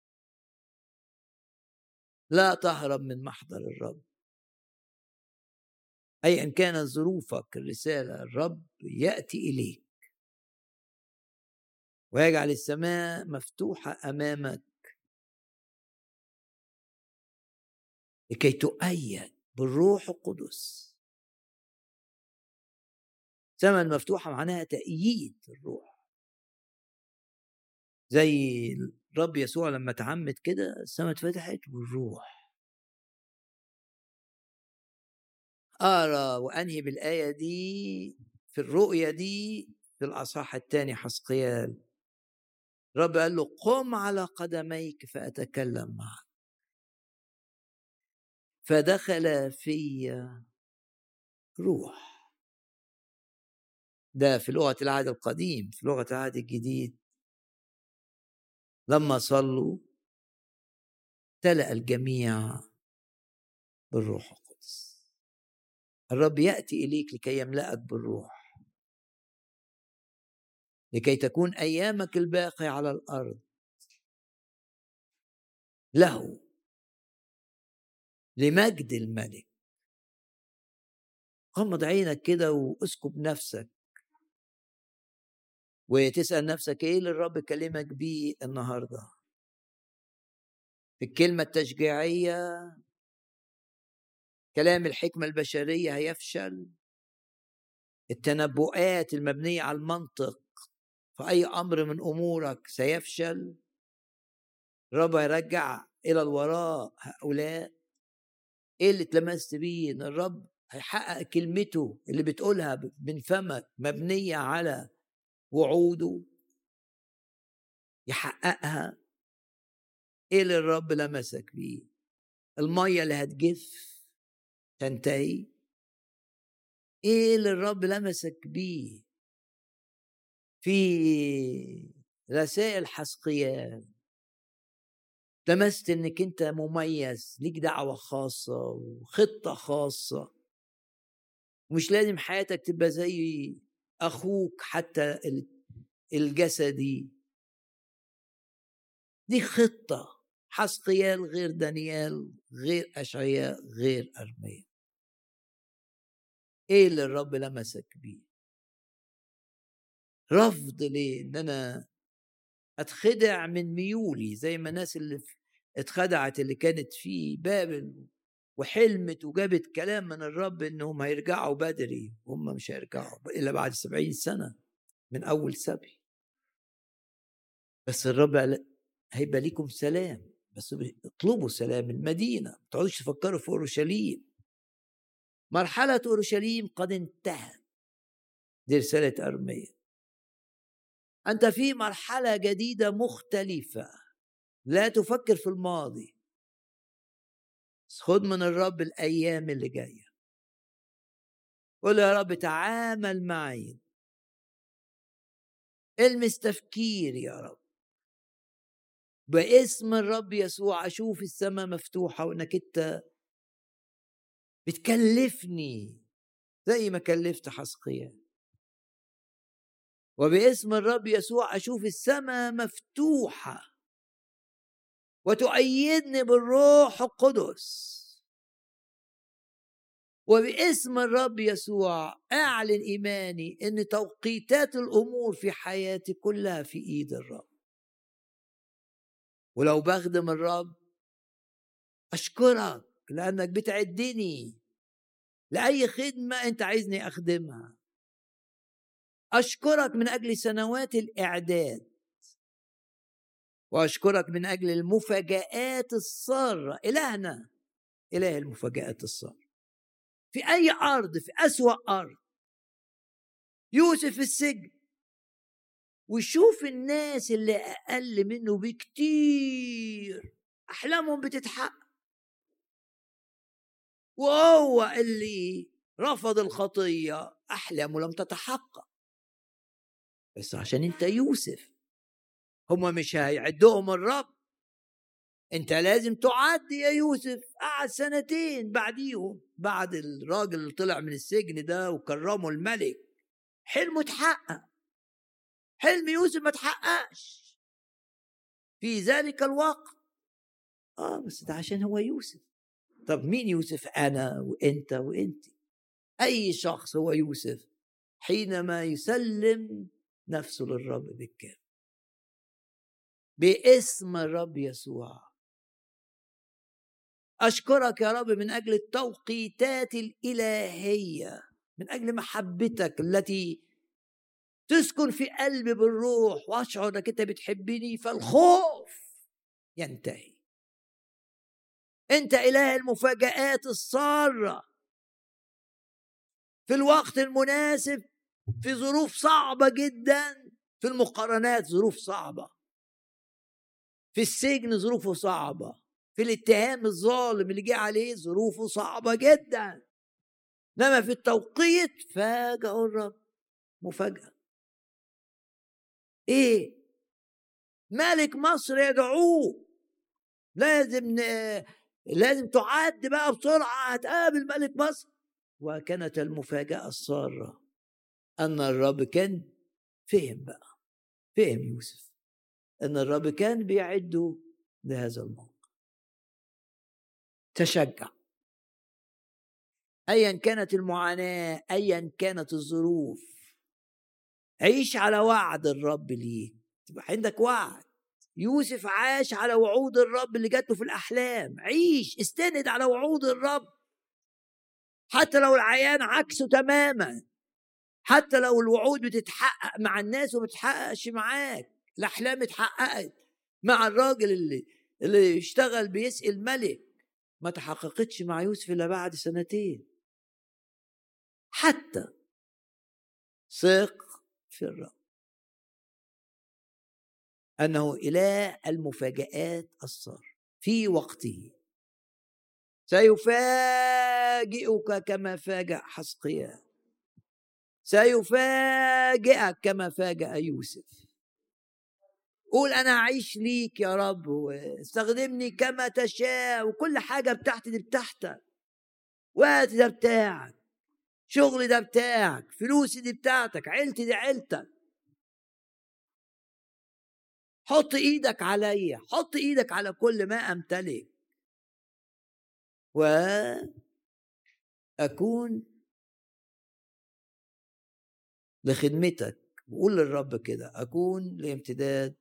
لا تهرب من محضر الرب أي إن كانت ظروفك. الرسالة الرب يأتي إليك ويجعل السماء مفتوحة أمامك لكي تؤيد بالروح القدس. السماء المفتوحة معناها تأييد الروح، زي الرب يسوع لما تعمد كده السماء اتفتحت والروح. أرى وأنهي بالآية دي في الرؤية دي في الأصحاح الثاني حسقيال. رب قال له قم على قدميك فأتكلم معك. فدخل في روح. ده في لغة العهد القديم. في لغة العهد الجديد لما صلوا تلأ الجميع بالروح القدس. الرب يأتي إليك لكي يملأك بالروح، لكي تكون أيامك الباقية على الأرض له لمجد الملك. غمض عينك كده واسكب نفسك وتسأل نفسك ايه اللي الرب كلمك بيه النهارده. في الكلمة التشجيعية، كلام الحكمة البشرية هيفشل. التنبؤات المبنية على المنطق في أي أمر من أمورك سيفشل. الرب يرجع إلى الوراء هؤلاء. إيه اللي اتلمست بيه؟ إن الرب هيحقق كلمته اللي بتقولها من فمك مبنية على وعوده، يحققها. إيه اللي الرب لمسك بيه؟ المية اللي هتجف تنتهي. إيه اللي الرب لمسك بيه في رسائل حسقيال؟ لمست انك انت مميز، ليك دعوة خاصة وخطة خاصة، ومش لازم حياتك تبقى زي اخوك حتى الجسدي. دي خطة. حسقيال غير دانيال غير اشعياء غير ارميا. ايه اللي الرب لمسك بيه؟ رفض ليه؟ ان انا اتخدع من ميولي زي ما الناس اللي اتخدعت اللي كانت في بابل وحلمت وجابت كلام من الرب انهم هيرجعوا بدري، هم مش هيرجعوا الا بعد 70 سنة من اول سبي. بس الرب قال هيبقى ليكم سلام، بس اطلبوا سلام المدينة، ما تقعدوش تفكروا في اورشليم. مرحلة اورشليم قد انتهت. دي رسالة أرميا. أنت في مرحلة جديدة مختلفة، لا تفكر في الماضي، خد من الرب الأيام اللي جاية. قول يا رب تعامل معي، المس تفكيري يا رب باسم الرب يسوع. أشوف السماء مفتوحة وإنك أنت بتكلفني زي ما كلفت حسقيا. وباسم الرب يسوع أشوف السماء مفتوحة وتؤيدني بالروح القدس. وباسم الرب يسوع أعلن إيماني إن توقيتات الأمور في حياتي كلها في إيد الرب. ولو بخدم الرب أشكرك لأنك بتعدني لأي خدمة أنت عايزني أخدمها. أشكرك من أجل سنوات الإعداد، وأشكرك من أجل المفاجآت السارة. إلهنا إله المفاجآت السارة في أي أرض، في أسوأ أرض. يوسف في السجن ويشوف الناس اللي أقل منه بكتير أحلامهم بتتحقق، وهو اللي رفض الخطية أحلامه لم تتحقق. بس عشان أنت يوسف هما مش هيعدهم الرب، أنت لازم تعدي يا يوسف. قعد 2 بعديهم، بعد الراجل اللي طلع من السجن ده وكرمه الملك حلمه اتحقق. حلم يوسف ما اتحققش في ذلك الوقت. بس ده عشان هو يوسف. طب مين يوسف؟ أنا وإنت وإنت. أي شخص هو يوسف حينما يسلم نفسه للرب بالكامل باسم الرب يسوع. أشكرك يا رب من أجل التوقيتات الإلهية، من أجل محبتك التي تسكن في قلبي بالروح، وأشعر أنك أنت بتحبني فالخوف ينتهي. أنت إله المفاجآت السارة في الوقت المناسب، في ظروف صعبة جدا، في المقارنات ظروف صعبة، في السجن ظروفه صعبة، في الاتهام الظالم اللي جه عليه ظروفه صعبة جدا. لما في التوقيت فاجأه الرب مفاجأة. ايه؟ ملك مصر يدعوه. لازم تعد بقى بسرعة، هتقابل ملك مصر. وكانت المفاجأة السارة أن الرب كان فهم يوسف أن الرب كان بيعده لهذا الموقف. تشجع أيا كانت المعاناة، أيا كانت الظروف. عيش على وعد الرب ليك، تبقى عندك وعد. يوسف عاش على وعود الرب اللي جاته في الأحلام. عيش، استند على وعود الرب حتى لو العيان عكسه تماما، حتى لو الوعود بتتحقق مع الناس وما بتتحققش معاك. الأحلام اتحققت مع الراجل اللي اشتغل بيسقي الملك، ما تحققتش مع يوسف إلا بعد 2 سنين. حتى ثق في الرب أنه إله المفاجآت السارة في وقته سيفاجئك كما فاجأ حسقيا، سيفاجئك كما فاجأ يوسف. قول أنا أعيش ليك يا رب، واستخدمني كما تشاء، وكل حاجة بتاعتي دي بتاعتك، وقتي ده بتاعك، شغلي ده بتاعك، فلوسي دي بتاعتك، عيلتي دي عيلتك. حط ايدك عليا، حط ايدك على كل ما امتلك، وأكون لخدمتك وقول للرب كده: أكون لامتداد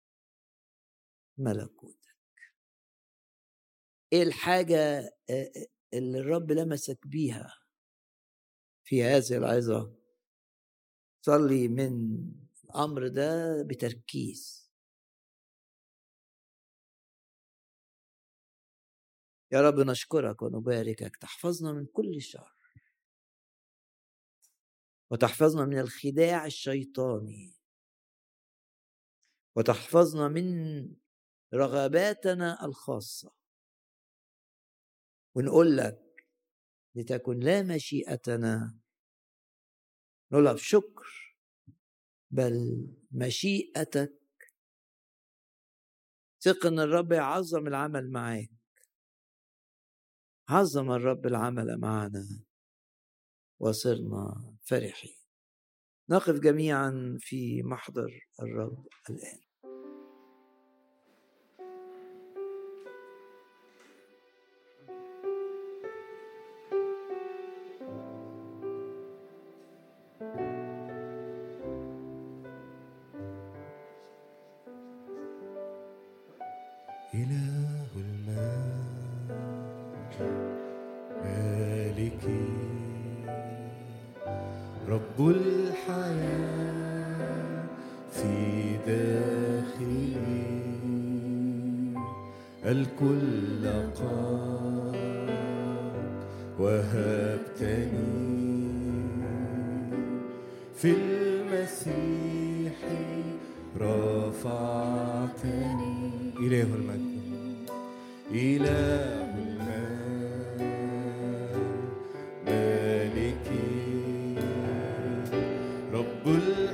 ملكوتك. إيه الحاجة اللي الرب لمسك بيها في هذه العظة؟ صلي من الأمر ده بتركيز. يا رب نشكرك ونباركك، تحفظنا من كل شر وتحفظنا من الخداع الشيطاني وتحفظنا من رغباتنا الخاصة، ونقول لك لتكن لا مشيئتنا، نقولها بشكر، بل مشيئتك. ثق ان الرب يعظم العمل معاك. عظم الرب العمل معنا وصرنا فرحين. نقف جميعا في محضر الرب الآن. إله المجد مالكي رب الحياة في داخلي، الكل قد وهبتني في المسيح رفعتني. إله المجد إله المجد مالكي رب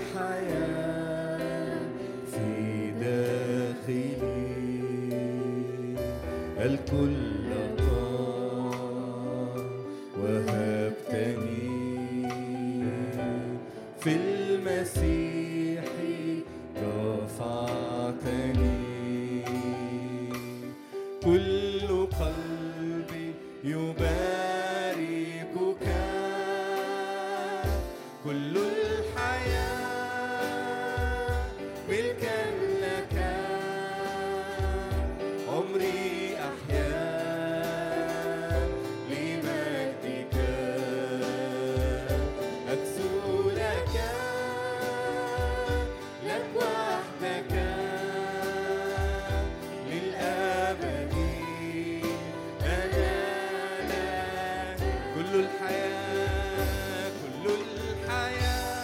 الحياة في داخلي، الكل قد وهبتني في المسيح رفعتني. كل قلبي يباركك، كل الحياة ملكا لك، عمري أحيا لمجدك، أكسو لك وحدك للأبد. أنا لك كل الحياة، كل الحياة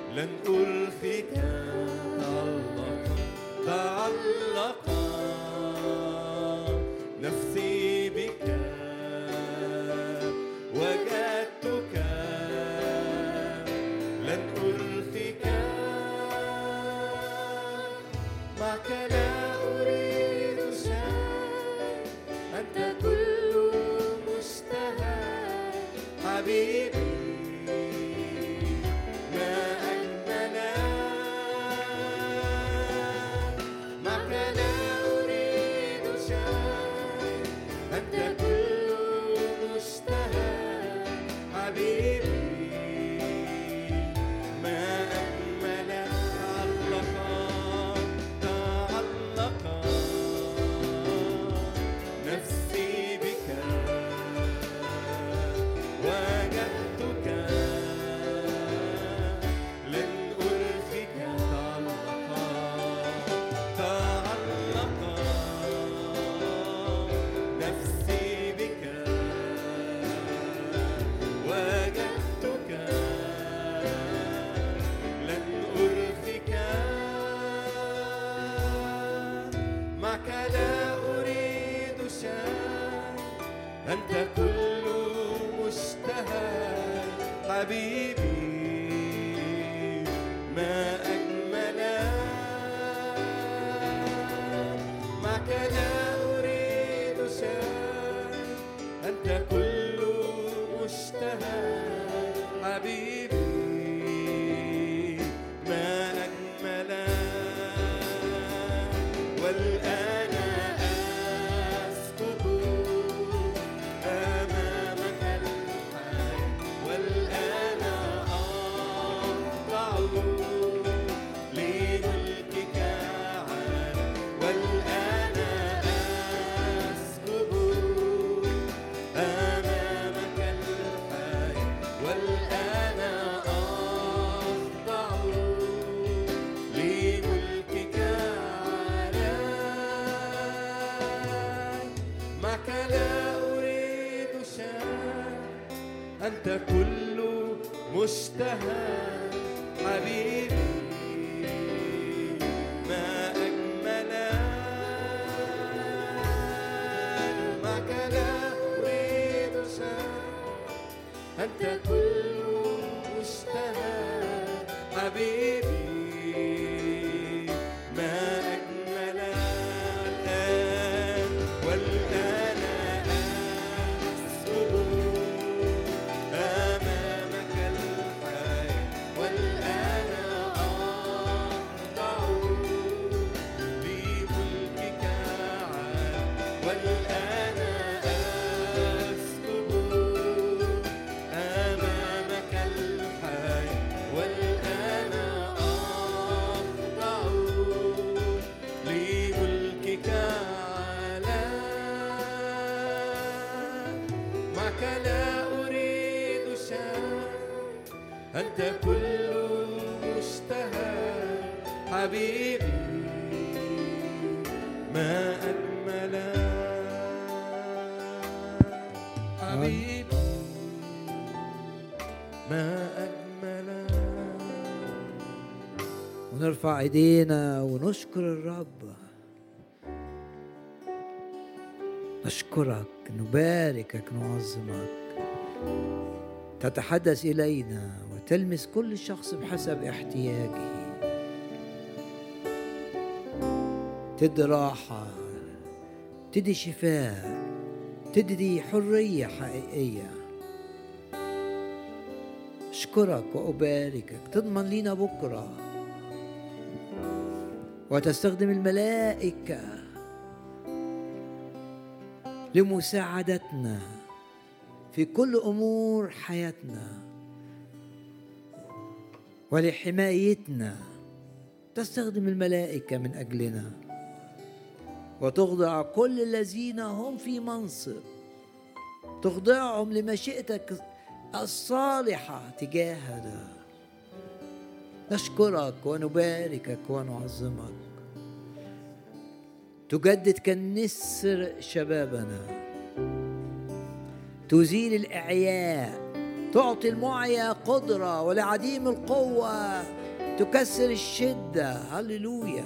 لن أرخيك تعلق نفسي بك وجدتك لن أرخيك معك لا أريد شيء أنت كل مشتهى حبيبي أنت كل مشتهى حبيبي ما أجمل معك لا أريد شيء أنت كل مشتهى حبيبي ما أجمل والآن أنت كل مشتهى حبيبي ما أجمل معك لا أريد شيء أنت كل مشتهى حبيبي ما أجمل الآن والآن أنت كل مشتهى حبيبي ما أجمل حبيبي ما أجمل. ونرفع ايدينا ونشكر الرب، نشكرك، نباركك، نعظمك. تتحدث إلينا وتلمس كل شخص بحسب احتياجه، تدي راحة، تدي شفاء، تدي حرية حقيقية. أشكرك وأباركك، تضمن لينا بكرة وتستخدم الملائكة لمساعدتنا في كل أمور حياتنا ولحمايتنا. تستخدم الملائكة من أجلنا وتخضع كل الذين هم في منصب، تخضعهم لمشيئتك الصالحة تجاهنا. نشكرك ونباركك ونعظمك. تجدد كالنسر شبابنا، تزيل الإعياء تعطي المعيا قدرة، ولعديم القوة تكسر الشدة. هللويا.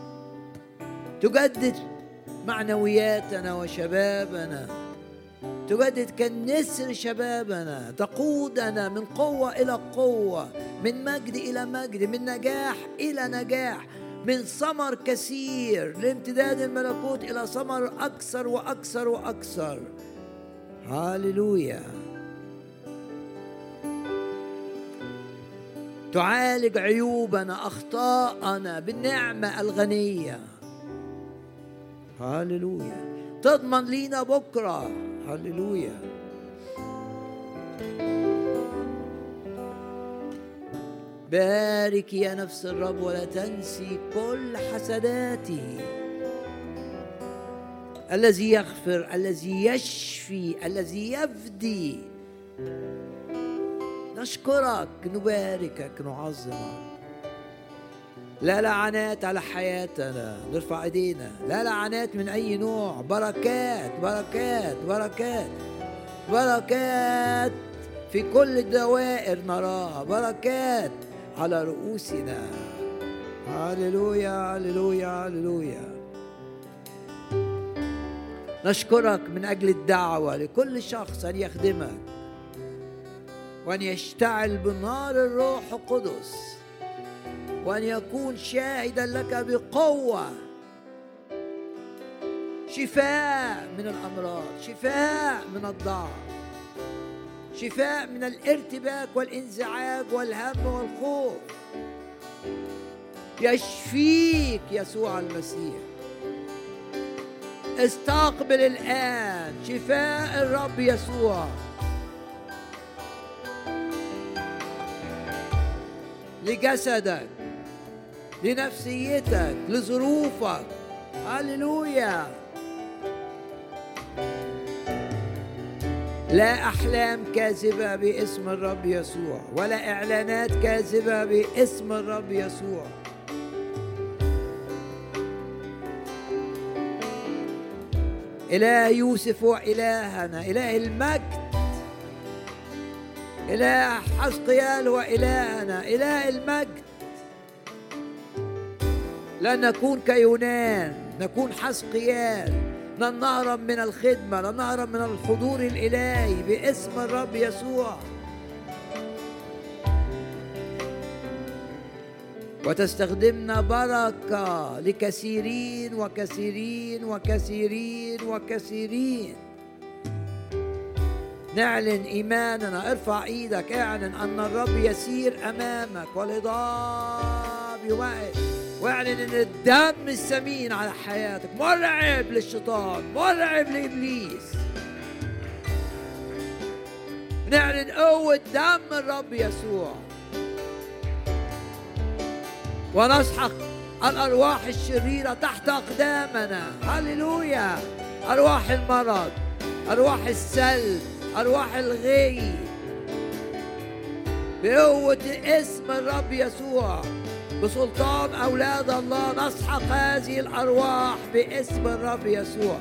تجدد معنوياتنا وشبابنا، تجدد كالنسر شبابنا، تقودنا من قوة إلى قوة، من مجد إلى مجد، من نجاح إلى نجاح، من ثمر كثير لامتداد الملكوت إلى ثمر أكثر وأكثر وأكثر. هاليلويا. تعالج عيوبنا أخطاءنا بالنعمة الغنية. هاليلويا. تضمن لينا بكرة. هاليلويا. بارك يا نفس الرب ولا تنسي كل حسناته، الذي يغفر، الذي يشفي، الذي يفدي. نشكرك، نباركك، نعظمك. لا لعنات على حياتنا، نرفع ايدينا. لا لعنات من اي نوع، بركات بركات بركات بركات في كل الدوائر نراها، بركات على رؤوسنا. هاليلويا هاليلويا هاليلويا. نشكرك من اجل الدعوة لكل شخص ان يخدمك وان يشتعل بنار الروح القدس، وأن يكون شاهدا لك بقوة. شفاء من الأمراض، شفاء من الضعف، شفاء من الارتباك والانزعاج والهم والخوف. يشفيك يسوع المسيح. استقبل الآن شفاء الرب يسوع لجسدك، لنفسيتك، لظروفك. هاليلويا. لا أحلام كاذبة باسم الرب يسوع، ولا إعلانات كاذبة باسم الرب يسوع. إله يوسف وإلهنا، إله المجد، إله حزقيال وإلهنا، إله المجد. لا نكون كيونان، نكون حزقيال، لن نهرب من الخدمة، لن نهرب من الحضور الإلهي باسم الرب يسوع. وتستخدمنا بركة لكثيرين وكثيرين وكثيرين وكثيرين. نعلن إيماننا. ارفع إيدك، اعلن أن الرب يسير أمامك والإضاءة يوقف، واعلن أن الدم الثمين على حياتك مرعب للشيطان، مرعب لإبليس. نعلن قوة دم الرب يسوع، ونسحق الأرواح الشريرة تحت أقدامنا. هللويا. أرواح المرض، أرواح السلب، أرواح الغي، بقوة اسم الرب يسوع، بسلطان أولاد الله نسحق هذه الأرواح باسم الرب يسوع.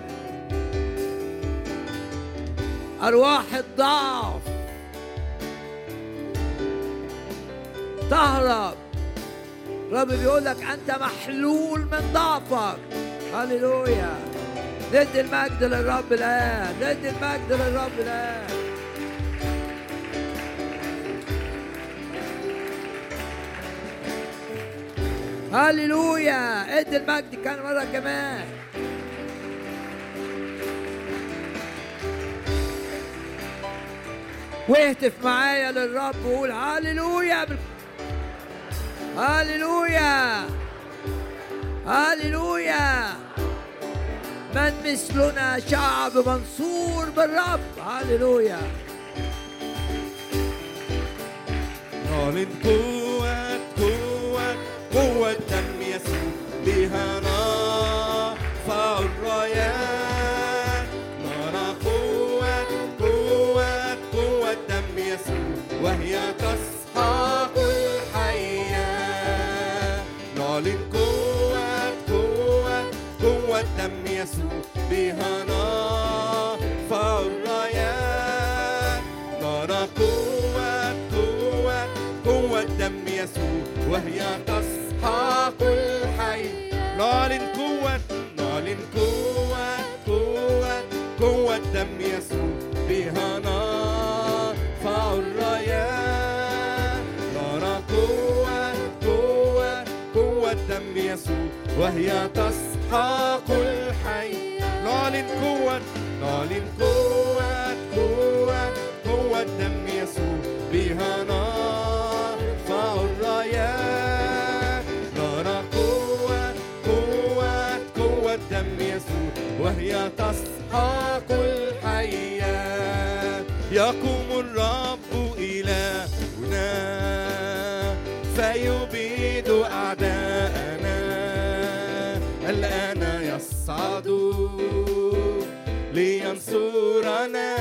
أرواح الضعف تهرب. الرب بيقول لك أنت محلول من ضعفك. هللويا. ندي المجد للرب الآن، ندي المجد للرب الآن. هللويا. ادي المجد كان مرة كمان. واهتف معايا للرب وقول هللويا. هللويا هللويا. من مثلنا شعب منصور بالرب. هللويا. نعلن قوة قوة قوة دم يسوع، بها نرفع الرايات. نرى قوة قوة قوة دم يسوع، وهي تسحق الحياة. نعلن قوة قوة قوة دم يسوع، بها نرفع الرايات. نرى قوة دم يسوع وهي تسحق الحي. نعلن قوة قوة دم يسوع بها نرفع الرايات. نرى قوة دم يسوع وهي تسحق الحي. نعلن قوة دم يسوع بها نرفع الرايات. نرى قوة دم يسوع وهي تسحق الحياة. يقوم الرب إلهنا فيبيد أعداءنا. الآن يصعد لينصرنا.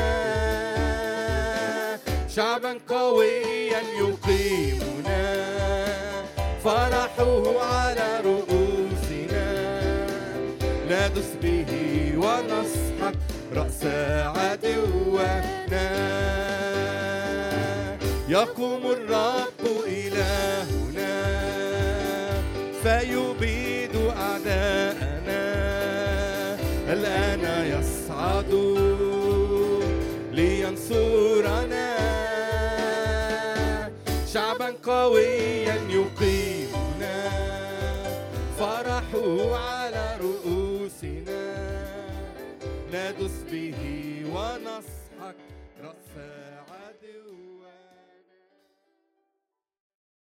شعبا قويا يقيمنا فرحه على رؤوسنا. ندس به ونسحق رأس عدونا. يقوم الرب إلهنا فيبيد أعداءنا. الآن يصعد لينصرنا. شعبا قويا يقيمنا فرحه على رؤوسنا. ندس به ونصر